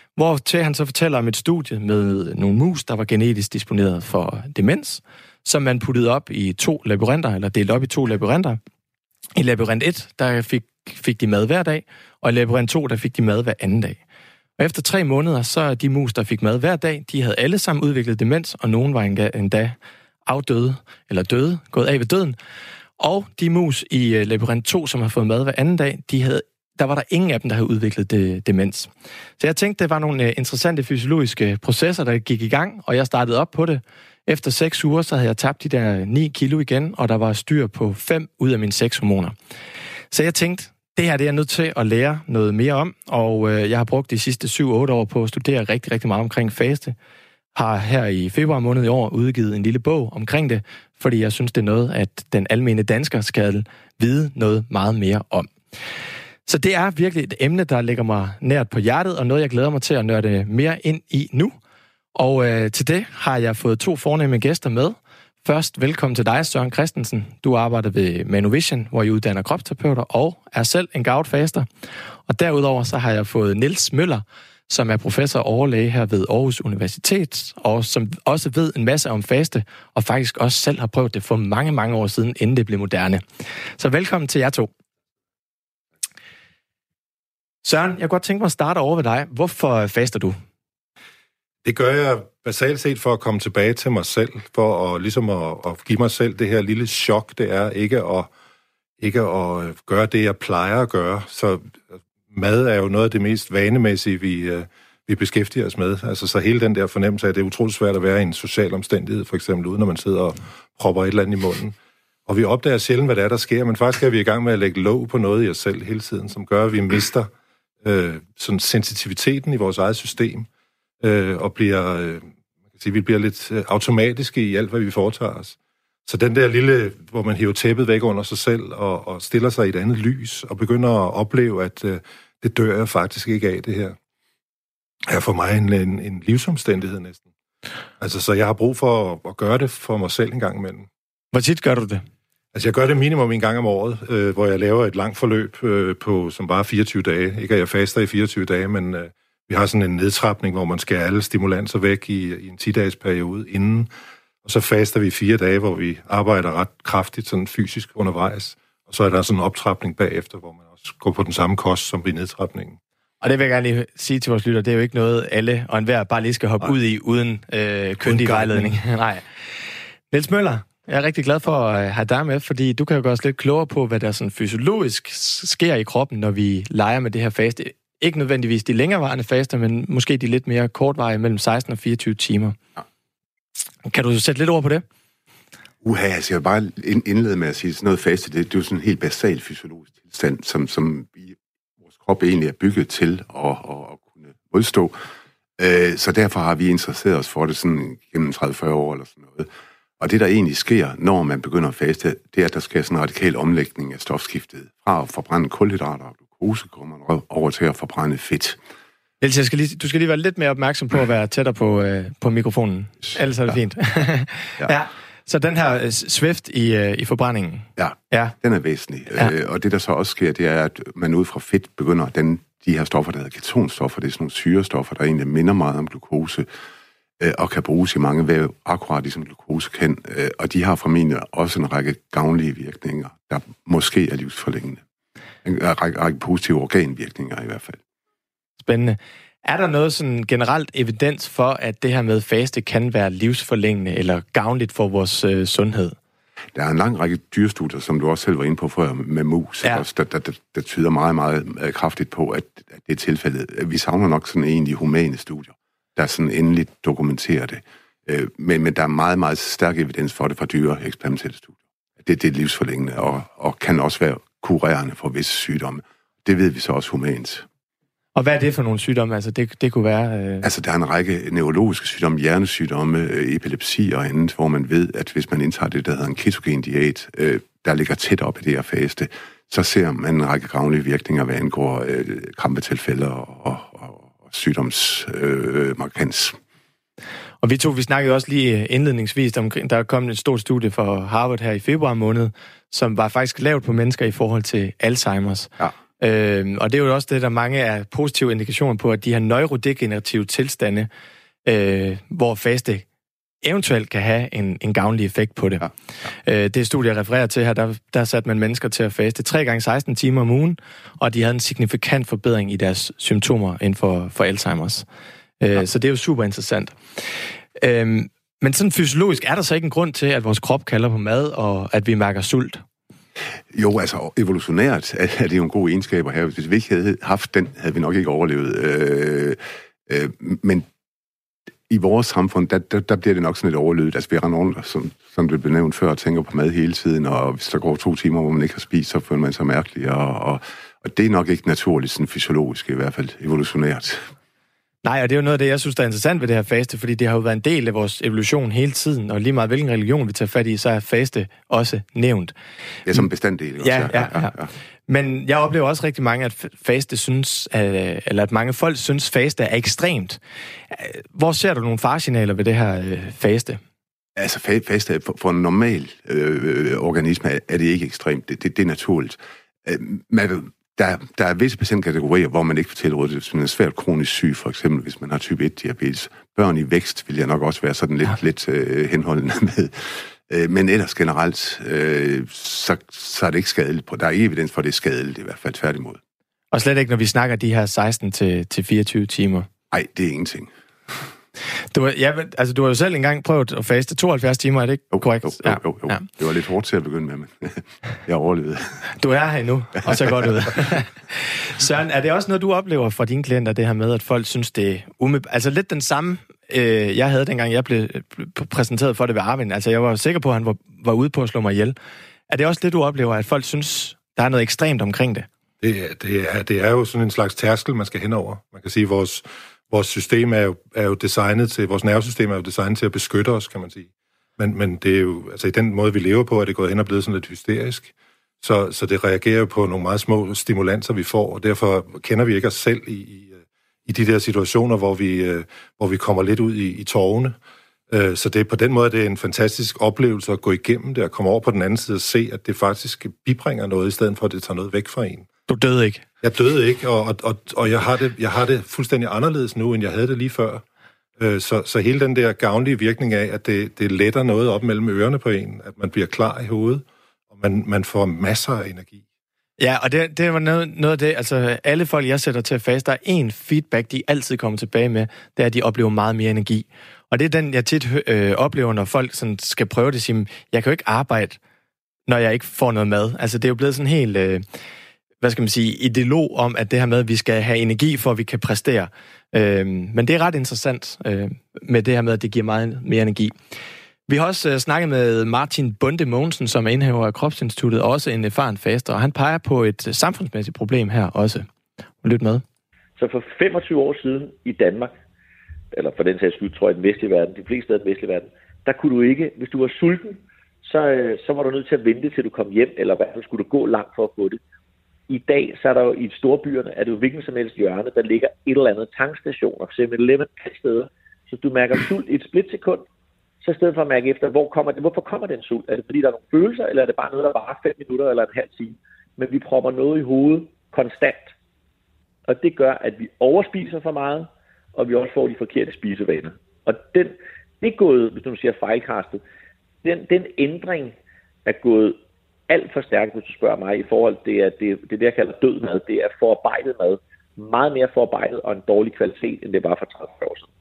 hvor til han så fortæller om et studie med nogle mus, der var genetisk disponeret for demens, som man puttede op i 2 labyrinter, eller delt op i 2 labyrinter. I labyrint 1, der fik de mad hver dag, og i labyrint 2, der fik de mad hver anden dag. Og efter 3 måneder, så de mus, der fik mad hver dag, de havde alle sammen udviklet demens, og nogen var endda afdøde, eller døde, gået af ved døden. Og de mus i labyrint 2, som har fået mad hver anden dag, der var der ingen af dem, der havde udviklet demens. Så jeg tænkte, det var nogle interessante fysiologiske processer, der gik i gang, og jeg startede op på det. Efter 6 uger, så havde jeg tabt de der 9 kilo igen, og der var styr på 5 ud af mine 6 hormoner. Så jeg tænkte, det her det er jeg nødt til at lære noget mere om, og jeg har brugt de sidste 7-8 år på at studere rigtig, rigtig meget omkring faste. Har her i februar måned i år udgivet en lille bog omkring det, fordi jeg synes, det er noget, at den almene dansker skal vide noget meget mere om. Så det er virkelig et emne, der ligger mig nært på hjertet, og noget, jeg glæder mig til at nørde mere ind i nu. Og til det har jeg fået 2 fornemme gæster med. Først velkommen til dig, Søren Christensen. Du arbejder ved Manovision, hvor I uddanner kropsterapeuter og er selv en gout-faster. Og derudover så har jeg fået Niels Møller, som er professor og overlæge her ved Aarhus Universitet, og som også ved en masse om faste, og faktisk også selv har prøvet det for mange, mange år siden, inden det blev moderne. Så velkommen til jer 2. Søren, jeg kunne godt tænke mig at starte over ved dig. Hvorfor faster du? Det gør jeg basalt set for at komme tilbage til mig selv, for at, ligesom at give mig selv det her lille chok, det er ikke at gøre det, jeg plejer at gøre. Så mad er jo noget af det mest vanemæssige, vi beskæftiger os med. Altså så hele den der fornemmelse af, at det er utroligt svært at være i en social omstændighed, for eksempel uden, når man sidder og propper et eller andet i munden. Og vi opdager sjældent, hvad det er, der sker, men faktisk er vi i gang med at lægge låg på noget i os selv hele tiden, som gør, at vi mister sådan sensitiviteten i vores eget system, og vi bliver lidt automatiske i alt, hvad vi foretager os. Så den der lille, hvor man hiver tæppet væk under sig selv, og stiller sig i et andet lys, og begynder at opleve, at det dør jeg faktisk ikke af, det her, er for mig en livsomstændighed næsten. Altså, så jeg har brug for at gøre det for mig selv en gang imellem. Hvor tit gør du det? Altså, jeg gør det minimum en gang om året, hvor jeg laver et langt forløb som bare 24 dage. Ikke at jeg faster i 24 dage, men vi har sådan en nedtrapning, hvor man skærer alle stimulanser væk i en 10-dages periode inden. Og så faster vi 4 dage, hvor vi arbejder ret kraftigt sådan fysisk undervejs. Og så er der sådan en optrapning bagefter, hvor man også går på den samme kost som ved nedtrapningen. Og det vil jeg gerne lige sige til vores lytter, det er jo ikke noget, alle og enhver bare lige skal hoppe ud i uden kyndig vejledning. Nej. Niels Møller, jeg er rigtig glad for at have dig med, fordi du kan jo gøre os lidt klogere på, hvad der sådan fysiologisk sker i kroppen, når vi leger med det her faste. Ikke nødvendigvis de længerevarende faster, men måske de lidt mere kortvarige mellem 16 og 24 timer. Ja. Kan du sætte lidt ord på det? Altså jeg vil bare indlede med at sige, sådan noget faste, det er jo sådan en helt basal fysiologisk tilstand, som vores krop egentlig er bygget til at kunne modstå. Så derfor har vi interesseret os for det sådan gennem 30-40 år eller sådan noget. Og det, der egentlig sker, når man begynder at faste, det er, at der sker sådan en radikal omlægning af stofskiftet. Fra at forbrænde kulhydrater og glukose, kommer man over til at forbrænde fedt. Ellers, du skal lige være lidt mere opmærksom på at være tættere på mikrofonen. Ellers er det fint. Ja. Så den her swift i forbrændingen. Ja, den er væsentlig. Ja. Og det, der så også sker, det er, at man ud fra fedt begynder de her stoffer, der hedder ketonstoffer, det er sådan nogle syrestoffer, der egentlig minder meget om glukose, og kan bruges i mange væv, akkurat ligesom glukose kan. Og de har formentlig også en række gavnlige virkninger, der måske er livsforlængende. En række positive organvirkninger i hvert fald. Spændende. Er der noget sådan generelt evidens for, at det her med faste kan være livsforlængende eller gavnligt for vores sundhed? Der er en lang række dyrestudier, som du også selv var inde på før, med mus, også, der tyder meget, meget kraftigt på, at det er tilfældet. Vi savner nok sådan egentlig humane studier, der sådan endeligt dokumenterer det. Men der er meget, meget stærk evidens for det fra dyre eksperimentelle studier. Det er livsforlængende og kan også være kurerende for visse sygdomme. Det ved vi så også humant. Og hvad er det for nogle sygdomme? Altså, det kunne være... Altså, der er en række neurologiske sygdomme, hjernesygdomme, epilepsi og andet, hvor man ved, at hvis man indtager det, der hedder en ketogen diæt, der ligger tæt op i det her faste, så ser man en række gavnlige virkninger, hvad angår krampetilfælde og sygdomsmarkans. Og vi snakkede også lige indledningsvis om, der kom et stort studie fra Harvard her i februar måned, som var faktisk lavet på mennesker i forhold til Alzheimer's. Ja. Og det er jo også det, der mange er positive indikationer på, at de her neurodegenerative tilstande, hvor faste eventuelt kan have en gavnlig effekt på det. Ja. Det studie, jeg refererer til her, der satte man mennesker til at faste 3 gange 16 timer om ugen, og de havde en signifikant forbedring i deres symptomer inden for Alzheimer's. Så det er jo super interessant. Men sådan fysiologisk, er der så ikke en grund til, at vores krop kalder på mad, og at vi mærker sult? Jo, altså evolutionært er det jo en god egenskab at have. Hvis vi ikke havde haft den, havde vi nok ikke overlevet. Men i vores samfund, der bliver det nok sådan lidt overløbet. Altså vi render rundt, som det blev nævnt før, og tænker på mad hele tiden, og hvis der går 2 timer, hvor man ikke har spist, så føler man sig mærkelig. Og det er nok ikke naturligt, sådan fysiologisk, i hvert fald evolutionært. Nej, og det er jo noget af det, jeg synes, der er interessant ved det her faste, fordi det har jo været en del af vores evolution hele tiden, og lige meget hvilken religion vi tager fat i, så er faste også nævnt. Ja, som bestanddel. Ja. Men jeg oplever også rigtig mange, at faste synes, eller at mange folk synes, faste er ekstremt. Hvor ser du nogle faresignaler ved det her faste? Altså faste for en normal organisme er det ikke ekstremt. Det er naturligt. Der er visse patientkategorier, hvor man ikke får tilrådet, hvis man er svært kronisk syg, for eksempel hvis man har type 1-diabetes. Børn i vækst vil jeg nok også være sådan lidt henholdende med. Men ellers generelt, så er det ikke skadeligt. Der er ikke evidens for, at det er skadeligt, i hvert fald tværtimod. Og slet ikke, når vi snakker de her 16 til 24 timer? Nej, det er ingenting. Du har jo selv engang prøvet at faste 72 timer, er det ikke korrekt? Jo. Ja. Det var lidt hårdt til at begynde med, men jeg overlevede. Du er her endnu, og så godt ud. Søren, er det også noget, du oplever fra dine klienter, det her med, at folk synes, det er altså lidt den samme, jeg havde dengang, jeg blev præsenteret for det ved Arvind. Altså, jeg var sikker på, at han var ude på at slå mig ihjel. Er det også det, du oplever, at folk synes, der er noget ekstremt omkring det? Det er jo sådan en slags tærskel, man skal henover. Man kan sige, vores system er jo designet til, vores nervesystem er jo designet til at beskytte os, kan man sige. Men det er jo, altså i den måde, vi lever på, er det gået hen og blevet sådan lidt hysterisk. Så det reagerer jo på nogle meget små stimulanser, vi får, og derfor kender vi ikke os selv i de der situationer, hvor vi kommer lidt ud i tårerne. Så det på den måde, det er en fantastisk oplevelse at gå igennem det, og komme over på den anden side og se, at det faktisk bibringer noget, i stedet for at det tager noget væk fra en. Du døde ikke? Jeg døde ikke, og jeg har det fuldstændig anderledes nu, end jeg havde det lige før. Så hele den der gavnlige virkning af, at det letter noget op mellem ørerne på en, at man bliver klar i hovedet, og man får masser af energi. Ja, og det var noget af det, altså alle folk, jeg sætter til at faste, der er en feedback, de altid kommer tilbage med, det er, at de oplever meget mere energi. Og det er den, jeg tit oplever, når folk sådan skal prøve det, sige, jeg kan jo ikke arbejde, når jeg ikke får noget mad. Altså det er jo blevet sådan helt, ideolog om, at det her med, at vi skal have energi, for at vi kan præstere. Men det er ret interessant med det her med, at det giver meget mere energi. Vi har også snakket med Martin Bonde Mogensen, som er indehaver af Kropsinstituttet, og også en erfaren faster, og han peger på et samfundsmæssigt problem her også. Lyt med. Så for 25 år siden i Danmark, eller for den sags skyld, tror jeg, den vestlige verden, de fleste af den vestlige verden, der kunne du ikke, hvis du var sulten, så var du nødt til at vente, til du kom hjem, eller hvad, så skulle du gå langt for at få det. I dag, så er der jo i storbyerne, er det jo hvilken som helst hjørne, der ligger et eller andet tankstationer, for eksempel 11 steder. Så du mærker sult i et splitsekund, så i stedet for at mærke efter, hvorfor kommer den sult? Er det fordi, der er nogle følelser, eller er det bare noget, der varer 5 minutter eller en halv time? Men vi propper noget i hovedet konstant. Og det gør, at vi overspiser for meget, og vi også får de forkerte spisevaner. Og det er gået, hvis du siger fejlkastet, den ændring er gået alt for stærkt, hvis du spørger mig, i forhold til det jeg kalder død mad. Det er forarbejdet mad. Meget mere forarbejdet og en dårlig kvalitet, end det var for 30 år siden.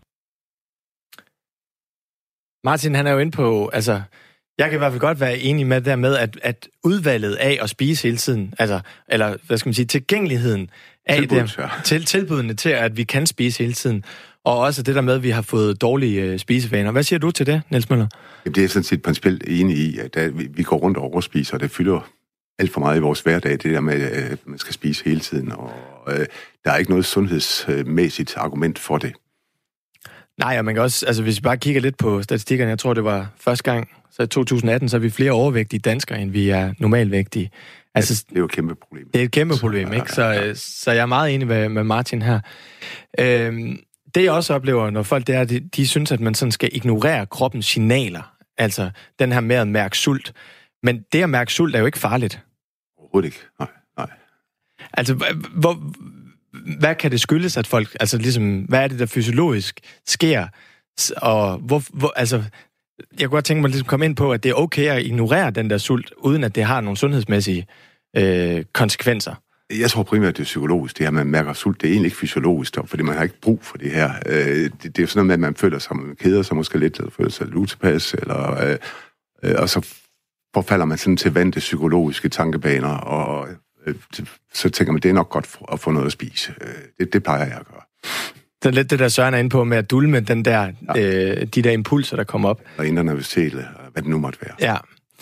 Martin, han er jo inde på, altså, jeg kan i hvert fald godt være enig med det der med, at udvalget af at spise hele tiden, altså, eller hvad skal man sige, tilgængeligheden af tilbudene til, at vi kan spise hele tiden, og også det der med, at vi har fået dårlige spisevaner. Hvad siger du til det, Niels Møller? Jamen, det er sådan set principielt enig i, at vi går rundt og overspiser, og det fylder alt for meget i vores hverdag, det der med, at man skal spise hele tiden, og der er ikke noget sundhedsmæssigt argument for det. Nej, og man kan også, altså hvis vi bare kigger lidt på statistikkerne, jeg tror, det var første gang, så i 2018, så er vi flere overvægtige danskere, end vi er normalvægtige. Altså, det er jo et kæmpe problem. Det er et kæmpe problem, ikke? Så jeg er meget enig med Martin her. Det jeg også oplever, når folk det er, de synes, at man sådan skal ignorere kroppens signaler. Altså den her med at mærke sult. Men det at mærke sult er jo ikke farligt. Overhovedet ikke, nej. Altså, hvad kan det skyldes, at folk... Altså, ligesom, hvad er det, der fysiologisk sker? Og altså... Jeg kunne godt tænke mig at komme ind på, at det er okay at ignorere den der sult, uden at det har nogle sundhedsmæssige konsekvenser. Jeg tror primært, det er psykologisk. Det her, man mærker sult, det er egentlig ikke fysiologisk, fordi man har ikke brug for det her. Det er jo sådan noget med, at man føler sig, man keder sig måske lidt, eller føler sig lidt utilpas, og så forfalder man sådan til vante psykologiske tankebaner, og så tænker man, det er nok godt at få noget at spise. Det plejer jeg at gøre. Det er lidt det, der Søren er inde på med at dulme den der, de der impulser, der kommer op. Og indre nervøsitet, hvad det nu måtte være. Ja.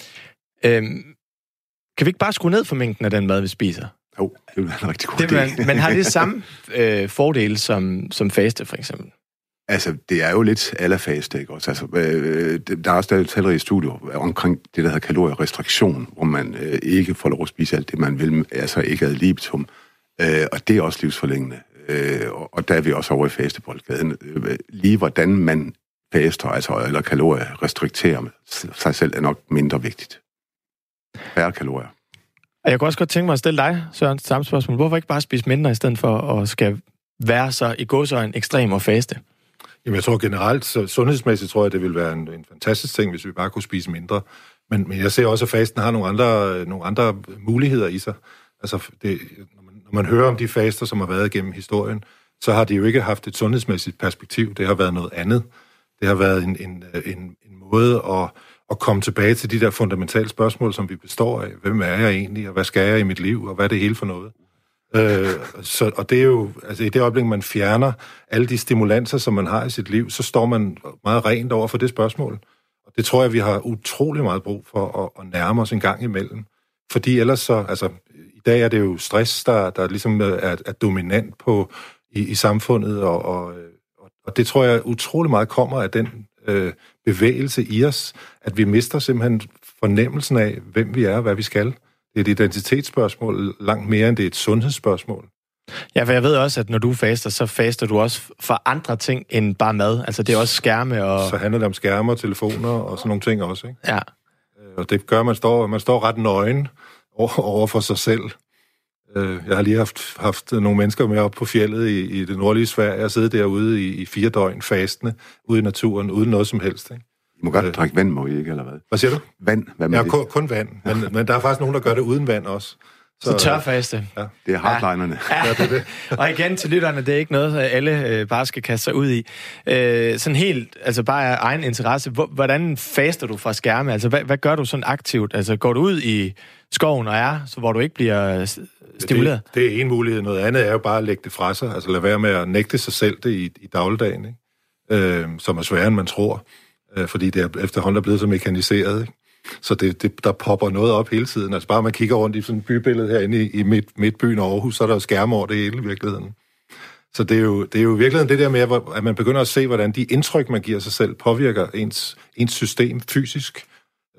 Kan vi ikke bare skrue ned for mængden af den mad, vi spiser? Jo, det vil være en rigtig god idé. Men har det samme fordele som faste, for eksempel? Altså, det er jo lidt ala faste, ikke også? Altså, der er også talrige studier omkring det, der hedder kalorierestriktion, hvor man ikke får lov at spise alt det, man vil, altså ikke ad libitum. Og det er også livsforlængende. Og der er vi også over i fasteboldgaden. Lige hvordan man faster, altså, eller kalorierestrikterer sig selv, er nok mindre vigtigt. Færre kalorier. Og jeg kunne også godt tænke mig at stille dig, Søren, samme spørgsmål. Hvorfor ikke bare spise mindre, i stedet for at skal være så i gåseøjne ekstrem og faste? Jamen, jeg tror generelt, så sundhedsmæssigt tror jeg, det vil være en fantastisk ting, hvis vi bare kunne spise mindre. Men jeg ser også, at fasten har nogle andre muligheder i sig. Altså, når man hører om de faster, som har været igennem historien, så har de jo ikke haft et sundhedsmæssigt perspektiv. Det har været noget andet. Det har været en måde at komme tilbage til de der fundamentale spørgsmål, som vi består af. Hvem er jeg egentlig, og hvad skal jeg i mit liv, og hvad er det hele for noget? Og det er jo, altså i det øjeblik, man fjerner alle de stimulanser, som man har i sit liv, så står man meget rent over for det spørgsmål. Og det tror jeg, vi har utrolig meget brug for at nærme os en gang imellem. Fordi ellers så, altså i dag er det jo stress, der ligesom er dominant i samfundet, og det tror jeg utrolig meget kommer af den bevægelse i os, at vi mister simpelthen fornemmelsen af, hvem vi er og hvad vi skal. Det er et identitetsspørgsmål langt mere, end det er et sundhedsspørgsmål. Ja, for jeg ved også, at når du faster, så faster du også for andre ting end bare mad. Altså det er også skærme og... Så handler det om skærme og telefoner og sådan nogle ting også, ikke? Ja. Og det gør, at man står ret nøgen over for sig selv. Jeg har lige haft nogle mennesker med op på fjellet i det nordlige Sverige. Jeg sidder derude i 4 døgn fastende, ude i naturen, uden noget som helst, ikke? I må godt drikke vand, må I ikke, eller hvad? Hvad siger du? Vand. Hvad med det? Kun vand. Men der er faktisk nogen, der gør det uden vand også. Så tørfaste. Ja. Det er hardlinerne. Ja. Det er det. Og igen til lytterne, det er ikke noget, alle bare skal kaste sig ud i. Sådan helt, altså bare af egen interesse. Hvordan faster du fra skærme? Altså hvad gør du sådan aktivt? Altså går du ud i skoven og så hvor du ikke bliver stimuleret? Det er en mulighed. Noget andet er jo bare at lægge det fra sig. Altså lade være med at nægte sig selv det i dagligdagen, ikke? Som er sværere, end man tror. Fordi det efterhånden er blevet så mekaniseret, ikke? Så der popper noget op hele tiden. Altså bare man kigger rundt i sådan et bybillede herinde i midtbyen Aarhus, så er der jo skærme over det hele i virkeligheden. Så det er jo i virkeligheden det der med, at man begynder at se, hvordan de indtryk, man giver sig selv, påvirker ens system fysisk.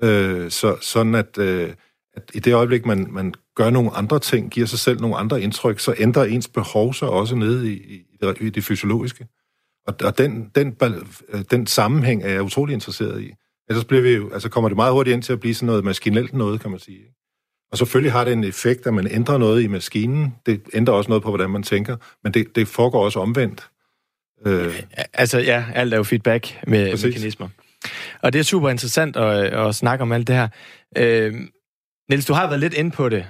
Sådan at i det øjeblik, man gør nogle andre ting, giver sig selv nogle andre indtryk, så ændrer ens behov sig også nede i det fysiologiske. Og den sammenhæng er jeg utrolig interesseret i. Ellers kommer det meget hurtigt ind til at blive sådan noget maskinelt noget, kan man sige. Og selvfølgelig har det en effekt, at man ændrer noget i maskinen. Det ændrer også noget på, hvordan man tænker. Men det foregår også omvendt. Alt er jo feedback med mekanismer. Og det er super interessant at snakke om alt det her. Niels, du har været lidt inde på det.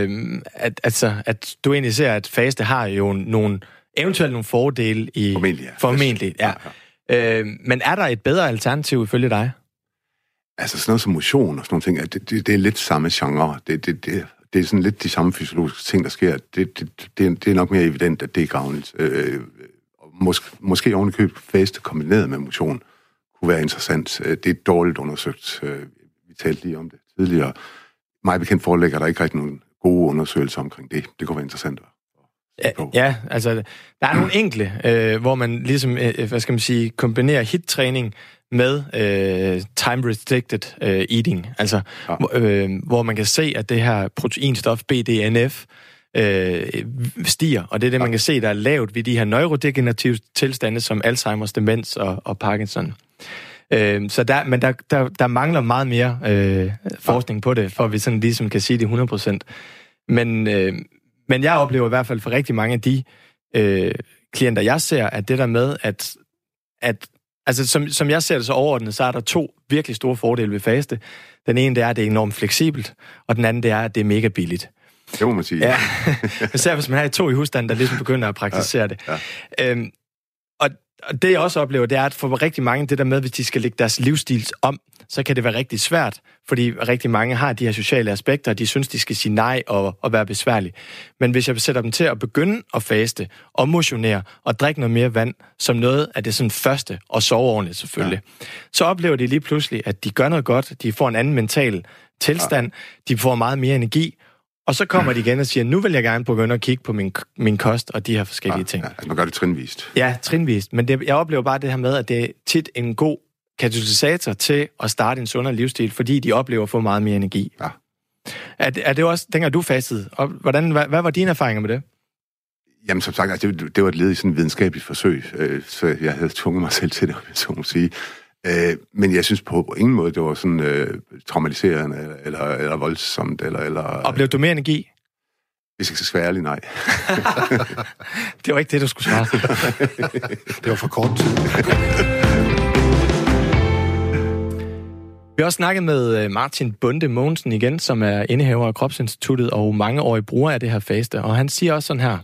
At du egentlig ser, at faste har jo eventuelt nogle fordele i... Formentlig, ja. Men er der et bedre alternativ ifølge dig? Altså sådan noget som motion og sådan nogle ting, det er lidt samme genre. Det er sådan lidt de samme fysiologiske ting, der sker. Det er nok mere evident, at det er gavnligt. Måske ovenikøbet faste kombineret med motion kunne være interessant. Det er dårligt undersøgt. Vi talte lige om det tidligere. Mig bekendt foreligger der ikke rigtig nogen gode undersøgelser omkring det. Det kunne være interessant. Ja, altså der er nogle enkle, hvor man ligesom, kombinerer HIIT-træning med time-restricted eating. Altså, hvor man kan se, at det her proteinstof BDNF stiger, og det er det, man kan se, der er lavt ved de her neurodegenerative tilstande, som Alzheimer's, demens og Parkinson. Så der mangler meget mere forskning på det, for at vi sådan ligesom kan sige det 100%. Men jeg oplever i hvert fald for rigtig mange af de klienter, jeg ser, at det der med, at altså som jeg ser det så overordnet, så er der 2 virkelig store fordele ved faste. Den ene, det er, at det er enormt fleksibelt, og den anden, det er, at det er mega billigt. Det må man sige. Ja, især hvis man har 2 i husstanden, der ligesom begynder at praktisere det. Ja. Og det jeg også oplever, det er, at for rigtig mange, det der med, hvis de skal lægge deres livsstil om, så kan det være rigtig svært, fordi rigtig mange har de her sociale aspekter, og de synes, de skal sige nej og være besværlige. Men hvis jeg sætter dem til at begynde at faste, og motionere, og drikke noget mere vand, som noget af det sådan første, og sove ordentligt selvfølgelig, så oplever de lige pludselig, at de gør noget godt, de får en anden mental tilstand, de får meget mere energi, og så kommer de igen og siger, nu vil jeg gerne begynde at kigge på min kost og de her forskellige ting. Ja, altså man gør det trinvist. Ja, trinvist. Men jeg oplever bare det her med, at det er tit en god katalysator til at starte en sundere livsstil, fordi de oplever at få meget mere energi. Ja. Er det også, dengang du fastede, og hvad var dine erfaringer med det? Jamen som sagt, altså, det var et led i sådan et videnskabeligt forsøg, så jeg havde tvunget mig selv til det, så må sige. Men jeg synes på ingen måde, det var sådan traumatiserende eller voldsomt. Eller oplevede du mere energi? Hvis jeg skal være ærlig, nej. Det var ikke det, du skulle svare. Det var for kort tid. Vi har også snakket med Martin Bonde Mogensen igen, som er indehaver af Kropsinstituttet og mangeårig bruger af det her faste. Og han siger også sådan her.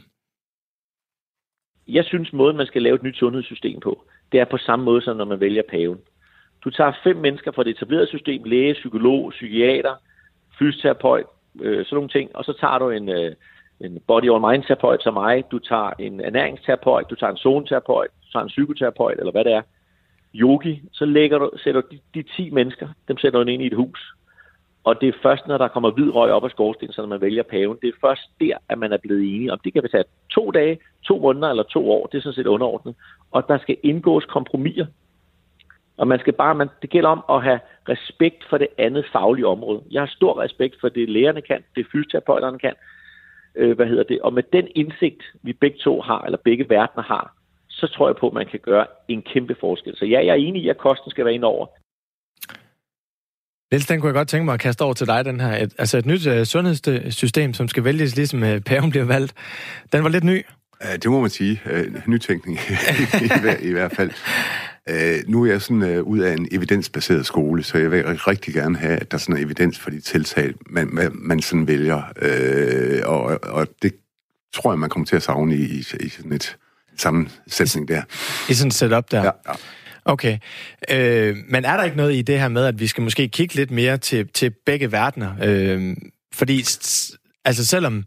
Jeg synes, måden man skal lave et nyt sundhedssystem på, det er på samme måde, som når man vælger paven. Du tager 5 mennesker fra det etablerede system, læge, psykolog, psykiater, fysioterapeut, sådan nogle ting, og så tager du en body or mind terapeut som mig, du tager en ernæringsterapeut, du tager en zoneterapeut, du tager en psykoterapeut, eller hvad det er, yogi, så sætter du de 10 mennesker, dem sætter du ind i et hus. Og det er først, når der kommer hvid røg op af skorstenen, så når man vælger paven, det er først der, at man er blevet enige om. Det kan vi tage 2 dage, 2 måneder eller 2 år, det er sådan set underordnet. Og der skal indgås kompromiser. Og det gælder om at have respekt for det andet faglige område. Jeg har stor respekt for det lægerne kan, det fysioterapeuterne kan. Og med den indsigt, vi begge to har, eller begge verdener har, så tror jeg på, at man kan gøre en kæmpe forskel. Så ja, jeg er enig i, at kosten skal være ind over. Niels, den kunne jeg godt tænke mig at kaste over til dig, den her. Altså et nyt sundhedssystem, som skal vælges, ligesom paven bliver valgt. Den var lidt ny. Det må man sige. Nytænkning i hvert fald. Nu er jeg sådan ud af en evidensbaseret skole, så jeg vil rigtig gerne have, at der er sådan en evidens for de tiltag, man sådan vælger. Og det tror jeg, man kommer til at savne i sådan et sammensætning der. I sådan et setup der? Ja. Okay. Men er der ikke noget i det her med, at vi skal måske kigge lidt mere til begge verdener? Fordi, altså selvom,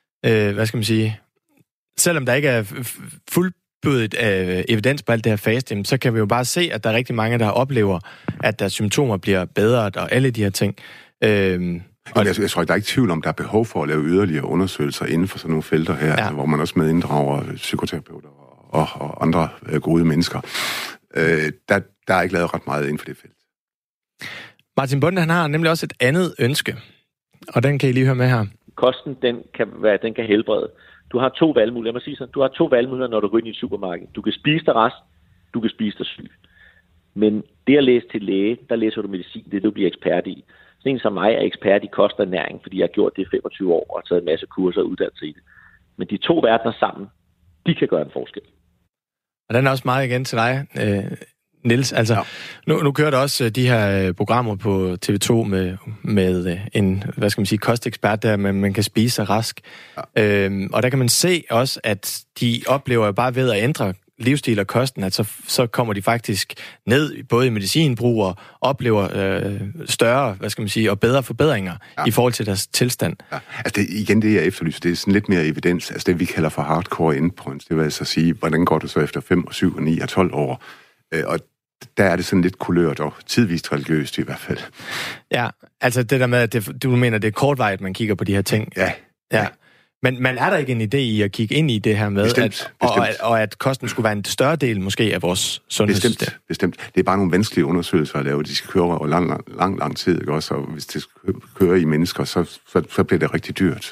selvom der ikke er fuldbyrdet evidens på alt det her faste, så kan vi jo bare se, at der er rigtig mange, der oplever, at deres symptomer bliver bedre, og alle de her ting. Jeg tror, der er ikke tvivl om, der er behov for at lave yderligere undersøgelser inden for sådan nogle felter her, altså, hvor man også med inddrager psykoterapeuter og andre gode mennesker. Der er ikke lavet ret meget inden for det felt. Martin Bonde, han har nemlig også et andet ønske, og den kan I lige høre med her. Kosten, den kan helbrede. Du har 2 valgmuligheder. Jeg må sige sådan, du har 2 valgmuligheder, når du går ind i et supermarked. Du kan spise dig rask, du kan spise dig syg. Men det at læse til læge, der læser du medicin, det du bliver ekspert i. Sådan en som mig er ekspert i kost og ernæring, fordi jeg har gjort det i 25 år og taget en masse kurser og uddannelse i det. Men de 2 verdener sammen, de kan gøre en forskel. Og den er også meget igen til dig, Niels. Altså, nu kører der også de her programmer på TV2 med en, kostekspert der, man kan spise sig rask. Ja. Og der kan man se også, at de oplever bare ved at ændre livsstil og kosten, at så kommer de faktisk ned både i medicinbrug og oplever større, og bedre forbedringer i forhold til deres tilstand. Ja. Altså det jeg efterlyser, det er sådan lidt mere evidens, altså det vi kalder for hardcore endpoints, det vil altså sige, hvordan går det så efter 5, 7, 9 og 12 år? Og der er det sådan lidt kulørt og tidvist religiøst i hvert fald. Ja, altså det der med, at du mener, det er kortvarigt, man kigger på de her ting. Ja. Men er der ikke en idé i at kigge ind i det her med, bestemt. At kosten skulle være en større del måske af vores sundhedssystem? Bestemt. Det er bare nogle vanskelige undersøgelser at lave. De skal køre over lang tid, ikke også? Og hvis det skal køre i mennesker, så bliver det rigtig dyrt.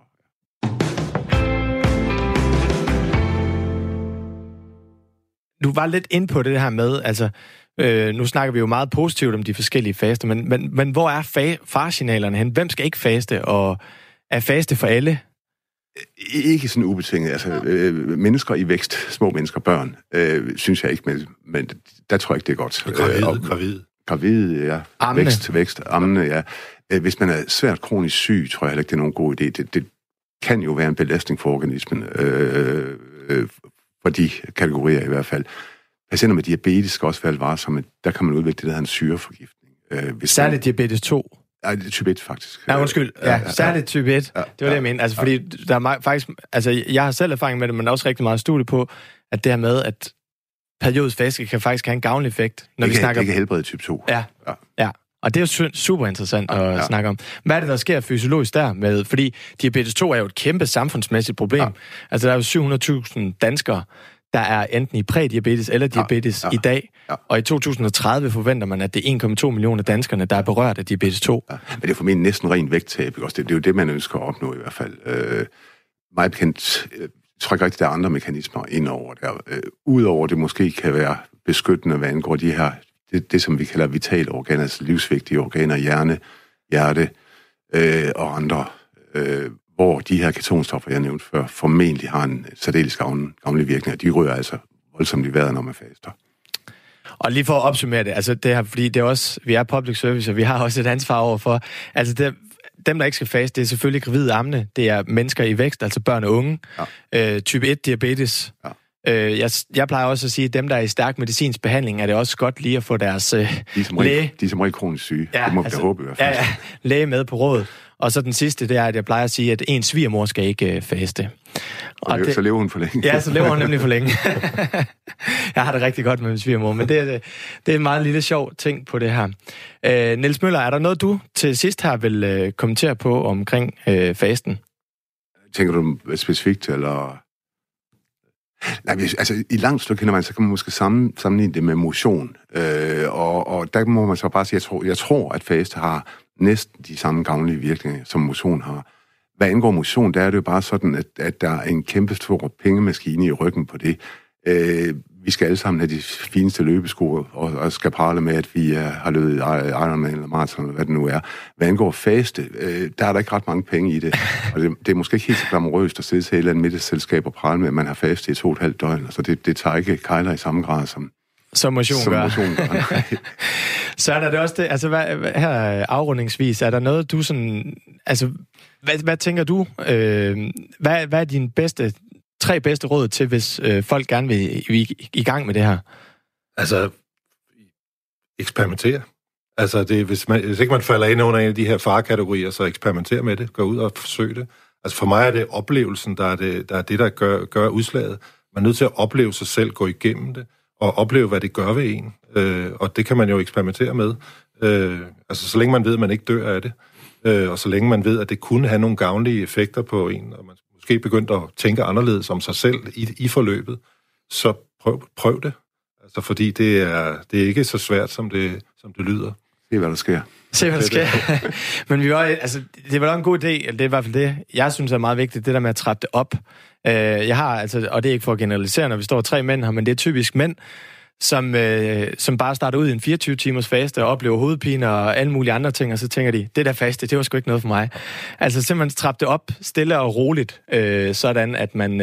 Du var lidt inde på det her med, altså, nu snakker vi jo meget positivt om de forskellige faster, men hvor er faresignalerne hen? Hvem skal ikke faste, og er faste for alle? Ikke sådan ubetinget. Altså, mennesker i vækst, små mennesker, børn, synes jeg ikke, men der tror jeg ikke, det er godt. Gravide, ja. Ammende. Vækst, ammende, ja. Hvis man er svært kronisk syg, tror jeg heller ikke, det er nogen god idé. Det kan jo være en belastning for organismen, for de kategorier i hvert fald. Patienter med diabetes skal også være varsomme. Der kan man udvikle det, der hedder en syreforgiftning. Særligt diabetes 2. Nej, det er type 1, faktisk. Ja, undskyld. Ja, særligt type 1. Det var det, jeg mente. Altså, fordi der er faktisk... Altså, jeg har selv erfaring med det, men også rigtig meget studie på, at det her med, at periodisk faste kan faktisk have en gavnlig effekt, når vi snakker... Det kan helbrede type 2. Ja. Og det er jo super interessant at snakke om. Hvad er det, der sker fysiologisk der med? Fordi diabetes 2 er jo et kæmpe samfundsmæssigt problem. Ja. Altså, der er jo 700.000 danskere, der er enten i prædiabetes eller diabetes i dag. Ja. Og i 2030 forventer man, at det er 1,2 millioner danskerne, der er berørt af diabetes 2. Ja. Men det er formentlig næsten ren vægttab. Det er jo det, man ønsker at opnå i hvert fald. Meget bekendt, jeg tror ikke rigtig, der er andre mekanismer indover der. Udover det måske kan være beskyttende, hvad angår de her, det som vi kalder vitale organer, altså livsvigtige organer, hjerte og andre, hvor de her ketonstoffer, jeg nævnte før, formentlig har en særdeles gavnlig virkning, og de rører altså voldsomt i vejret, når man faster. Og lige for at opsummere det, altså det her, fordi det er også, vi er public service, og vi har også et ansvar overfor, altså dem, der ikke skal faste, det er selvfølgelig gravide ammende, det er mennesker i vækst, altså børn og unge, type 1 diabetes. Ja. Jeg plejer også at sige, at dem, der er i stærk medicinsk behandling, er det også godt lige at få deres læge... De er som regel kronisk syge. Det må jeg håbe i hvert fald. Læge med på råd. Og så den sidste, det er, at jeg plejer at sige, at ens svigermor skal ikke faste. Så lever hun for længe. Ja, så lever hun nemlig for længe. Jeg har det rigtig godt med min svigermor, men det er en meget lille sjov ting på det her. Niels Møller, er der noget, du til sidst her vil kommentere på omkring fasten? Tænker du specifikt, eller... Nej, altså i langt stykke hen, så kan man måske sammenligne det med motion. Og der må man så bare sige, jeg tror, at faste har næsten de samme gavnlige virkninger, som motion har. Hvad angår motion, der er det jo bare sådan, at der er en kæmpe stor pengemaskine i ryggen på det. Vi skal alle sammen have de fineste løbesko og skal prale med, at vi har løbet Ironman eller maraton, eller hvad det nu er. Hvad angår faste, der er der ikke ret mange penge i det. Og det er måske ikke helt så glamorøst at sidde til et eller andet middagsselskab og prale med, at man har faste i 2,5 døgn. Altså det tager ikke kejler i samme grad som motion gør. Så er der det også det, altså her afrundingsvis, er der noget, du sådan, altså, hvad tænker du, hvad er din tre bedste råd til, hvis folk gerne vil i gang med det her? Altså, eksperimentere. Altså, hvis ikke man falder ind under en af de her farekategorier, så eksperimenter med det. Gå ud og forsøg det. Altså, for mig er det oplevelsen, der er det, der gør udslaget. Man er nødt til at opleve sig selv, gå igennem det, og opleve, hvad det gør ved en. Og det kan man jo eksperimentere med. Altså, så længe man ved, at man ikke dør af det, og så længe man ved, at det kunne have nogle gavnlige effekter på en, og man måske begyndt at tænke anderledes om sig selv i forløbet, så prøv det. Altså, fordi det er ikke så svært, som det lyder. Se, hvad der sker. Se, hvad der sker. Men det var da en god idé, eller det er i hvert fald det, jeg synes er meget vigtigt, det der med at trappe det op. Jeg har, altså, og det er ikke for at generalisere, når vi står 3 mænd her, men det er typisk mænd, som bare starter ud i en 24-timers faste og oplever hovedpine og alle mulige andre ting, og så tænker de, det der faste, det var sgu ikke noget for mig. Altså simpelthen trappe det op stille og roligt, sådan at man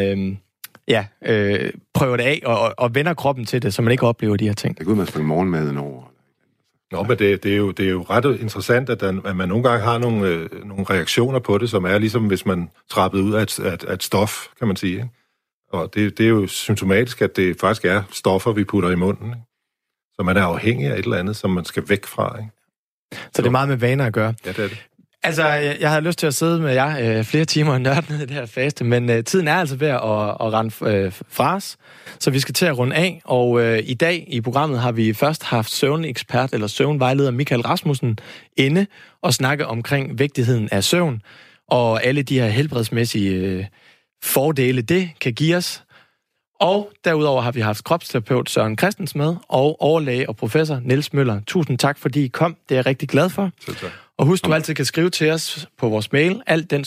prøver det af og vender kroppen til det, så man ikke oplever de her ting. Det er godt, man springer morgenmaden over. Nå, men det er jo ret interessant, at man nogle gange har nogle reaktioner på det, som er ligesom, hvis man trappede ud af et stof, kan man sige, ikke? Og det er jo symptomatisk, at det faktisk er stoffer, vi putter i munden, ikke? Så man er afhængig af et eller andet, som man skal væk fra, ikke? Så det er meget med vaner at gøre. Ja, det er det. Altså, jeg havde lyst til at sidde med jer flere timer og nørde ned i det her faste, men tiden er altså ved at rende fra os, så vi skal til at runde af. Og i dag i programmet har vi først haft søvnekspert eller søvnvejleder Michael Rasmussen inde og snakke omkring vigtigheden af søvn og alle de her helbredsmæssige fordele, det kan give os. Og derudover har vi haft kropsterapeut Søren Christensen med, og overlæge og professor Niels Møller. Tusind tak, fordi I kom. Det er jeg rigtig glad for. Og husk, du altid kan skrive til os på vores mail,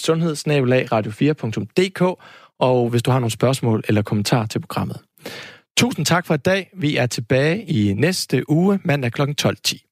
altdensundhed@radio4.dk, og hvis du har nogle spørgsmål eller kommentarer til programmet. Tusind tak for i dag. Vi er tilbage i næste uge, mandag kl. 12:10.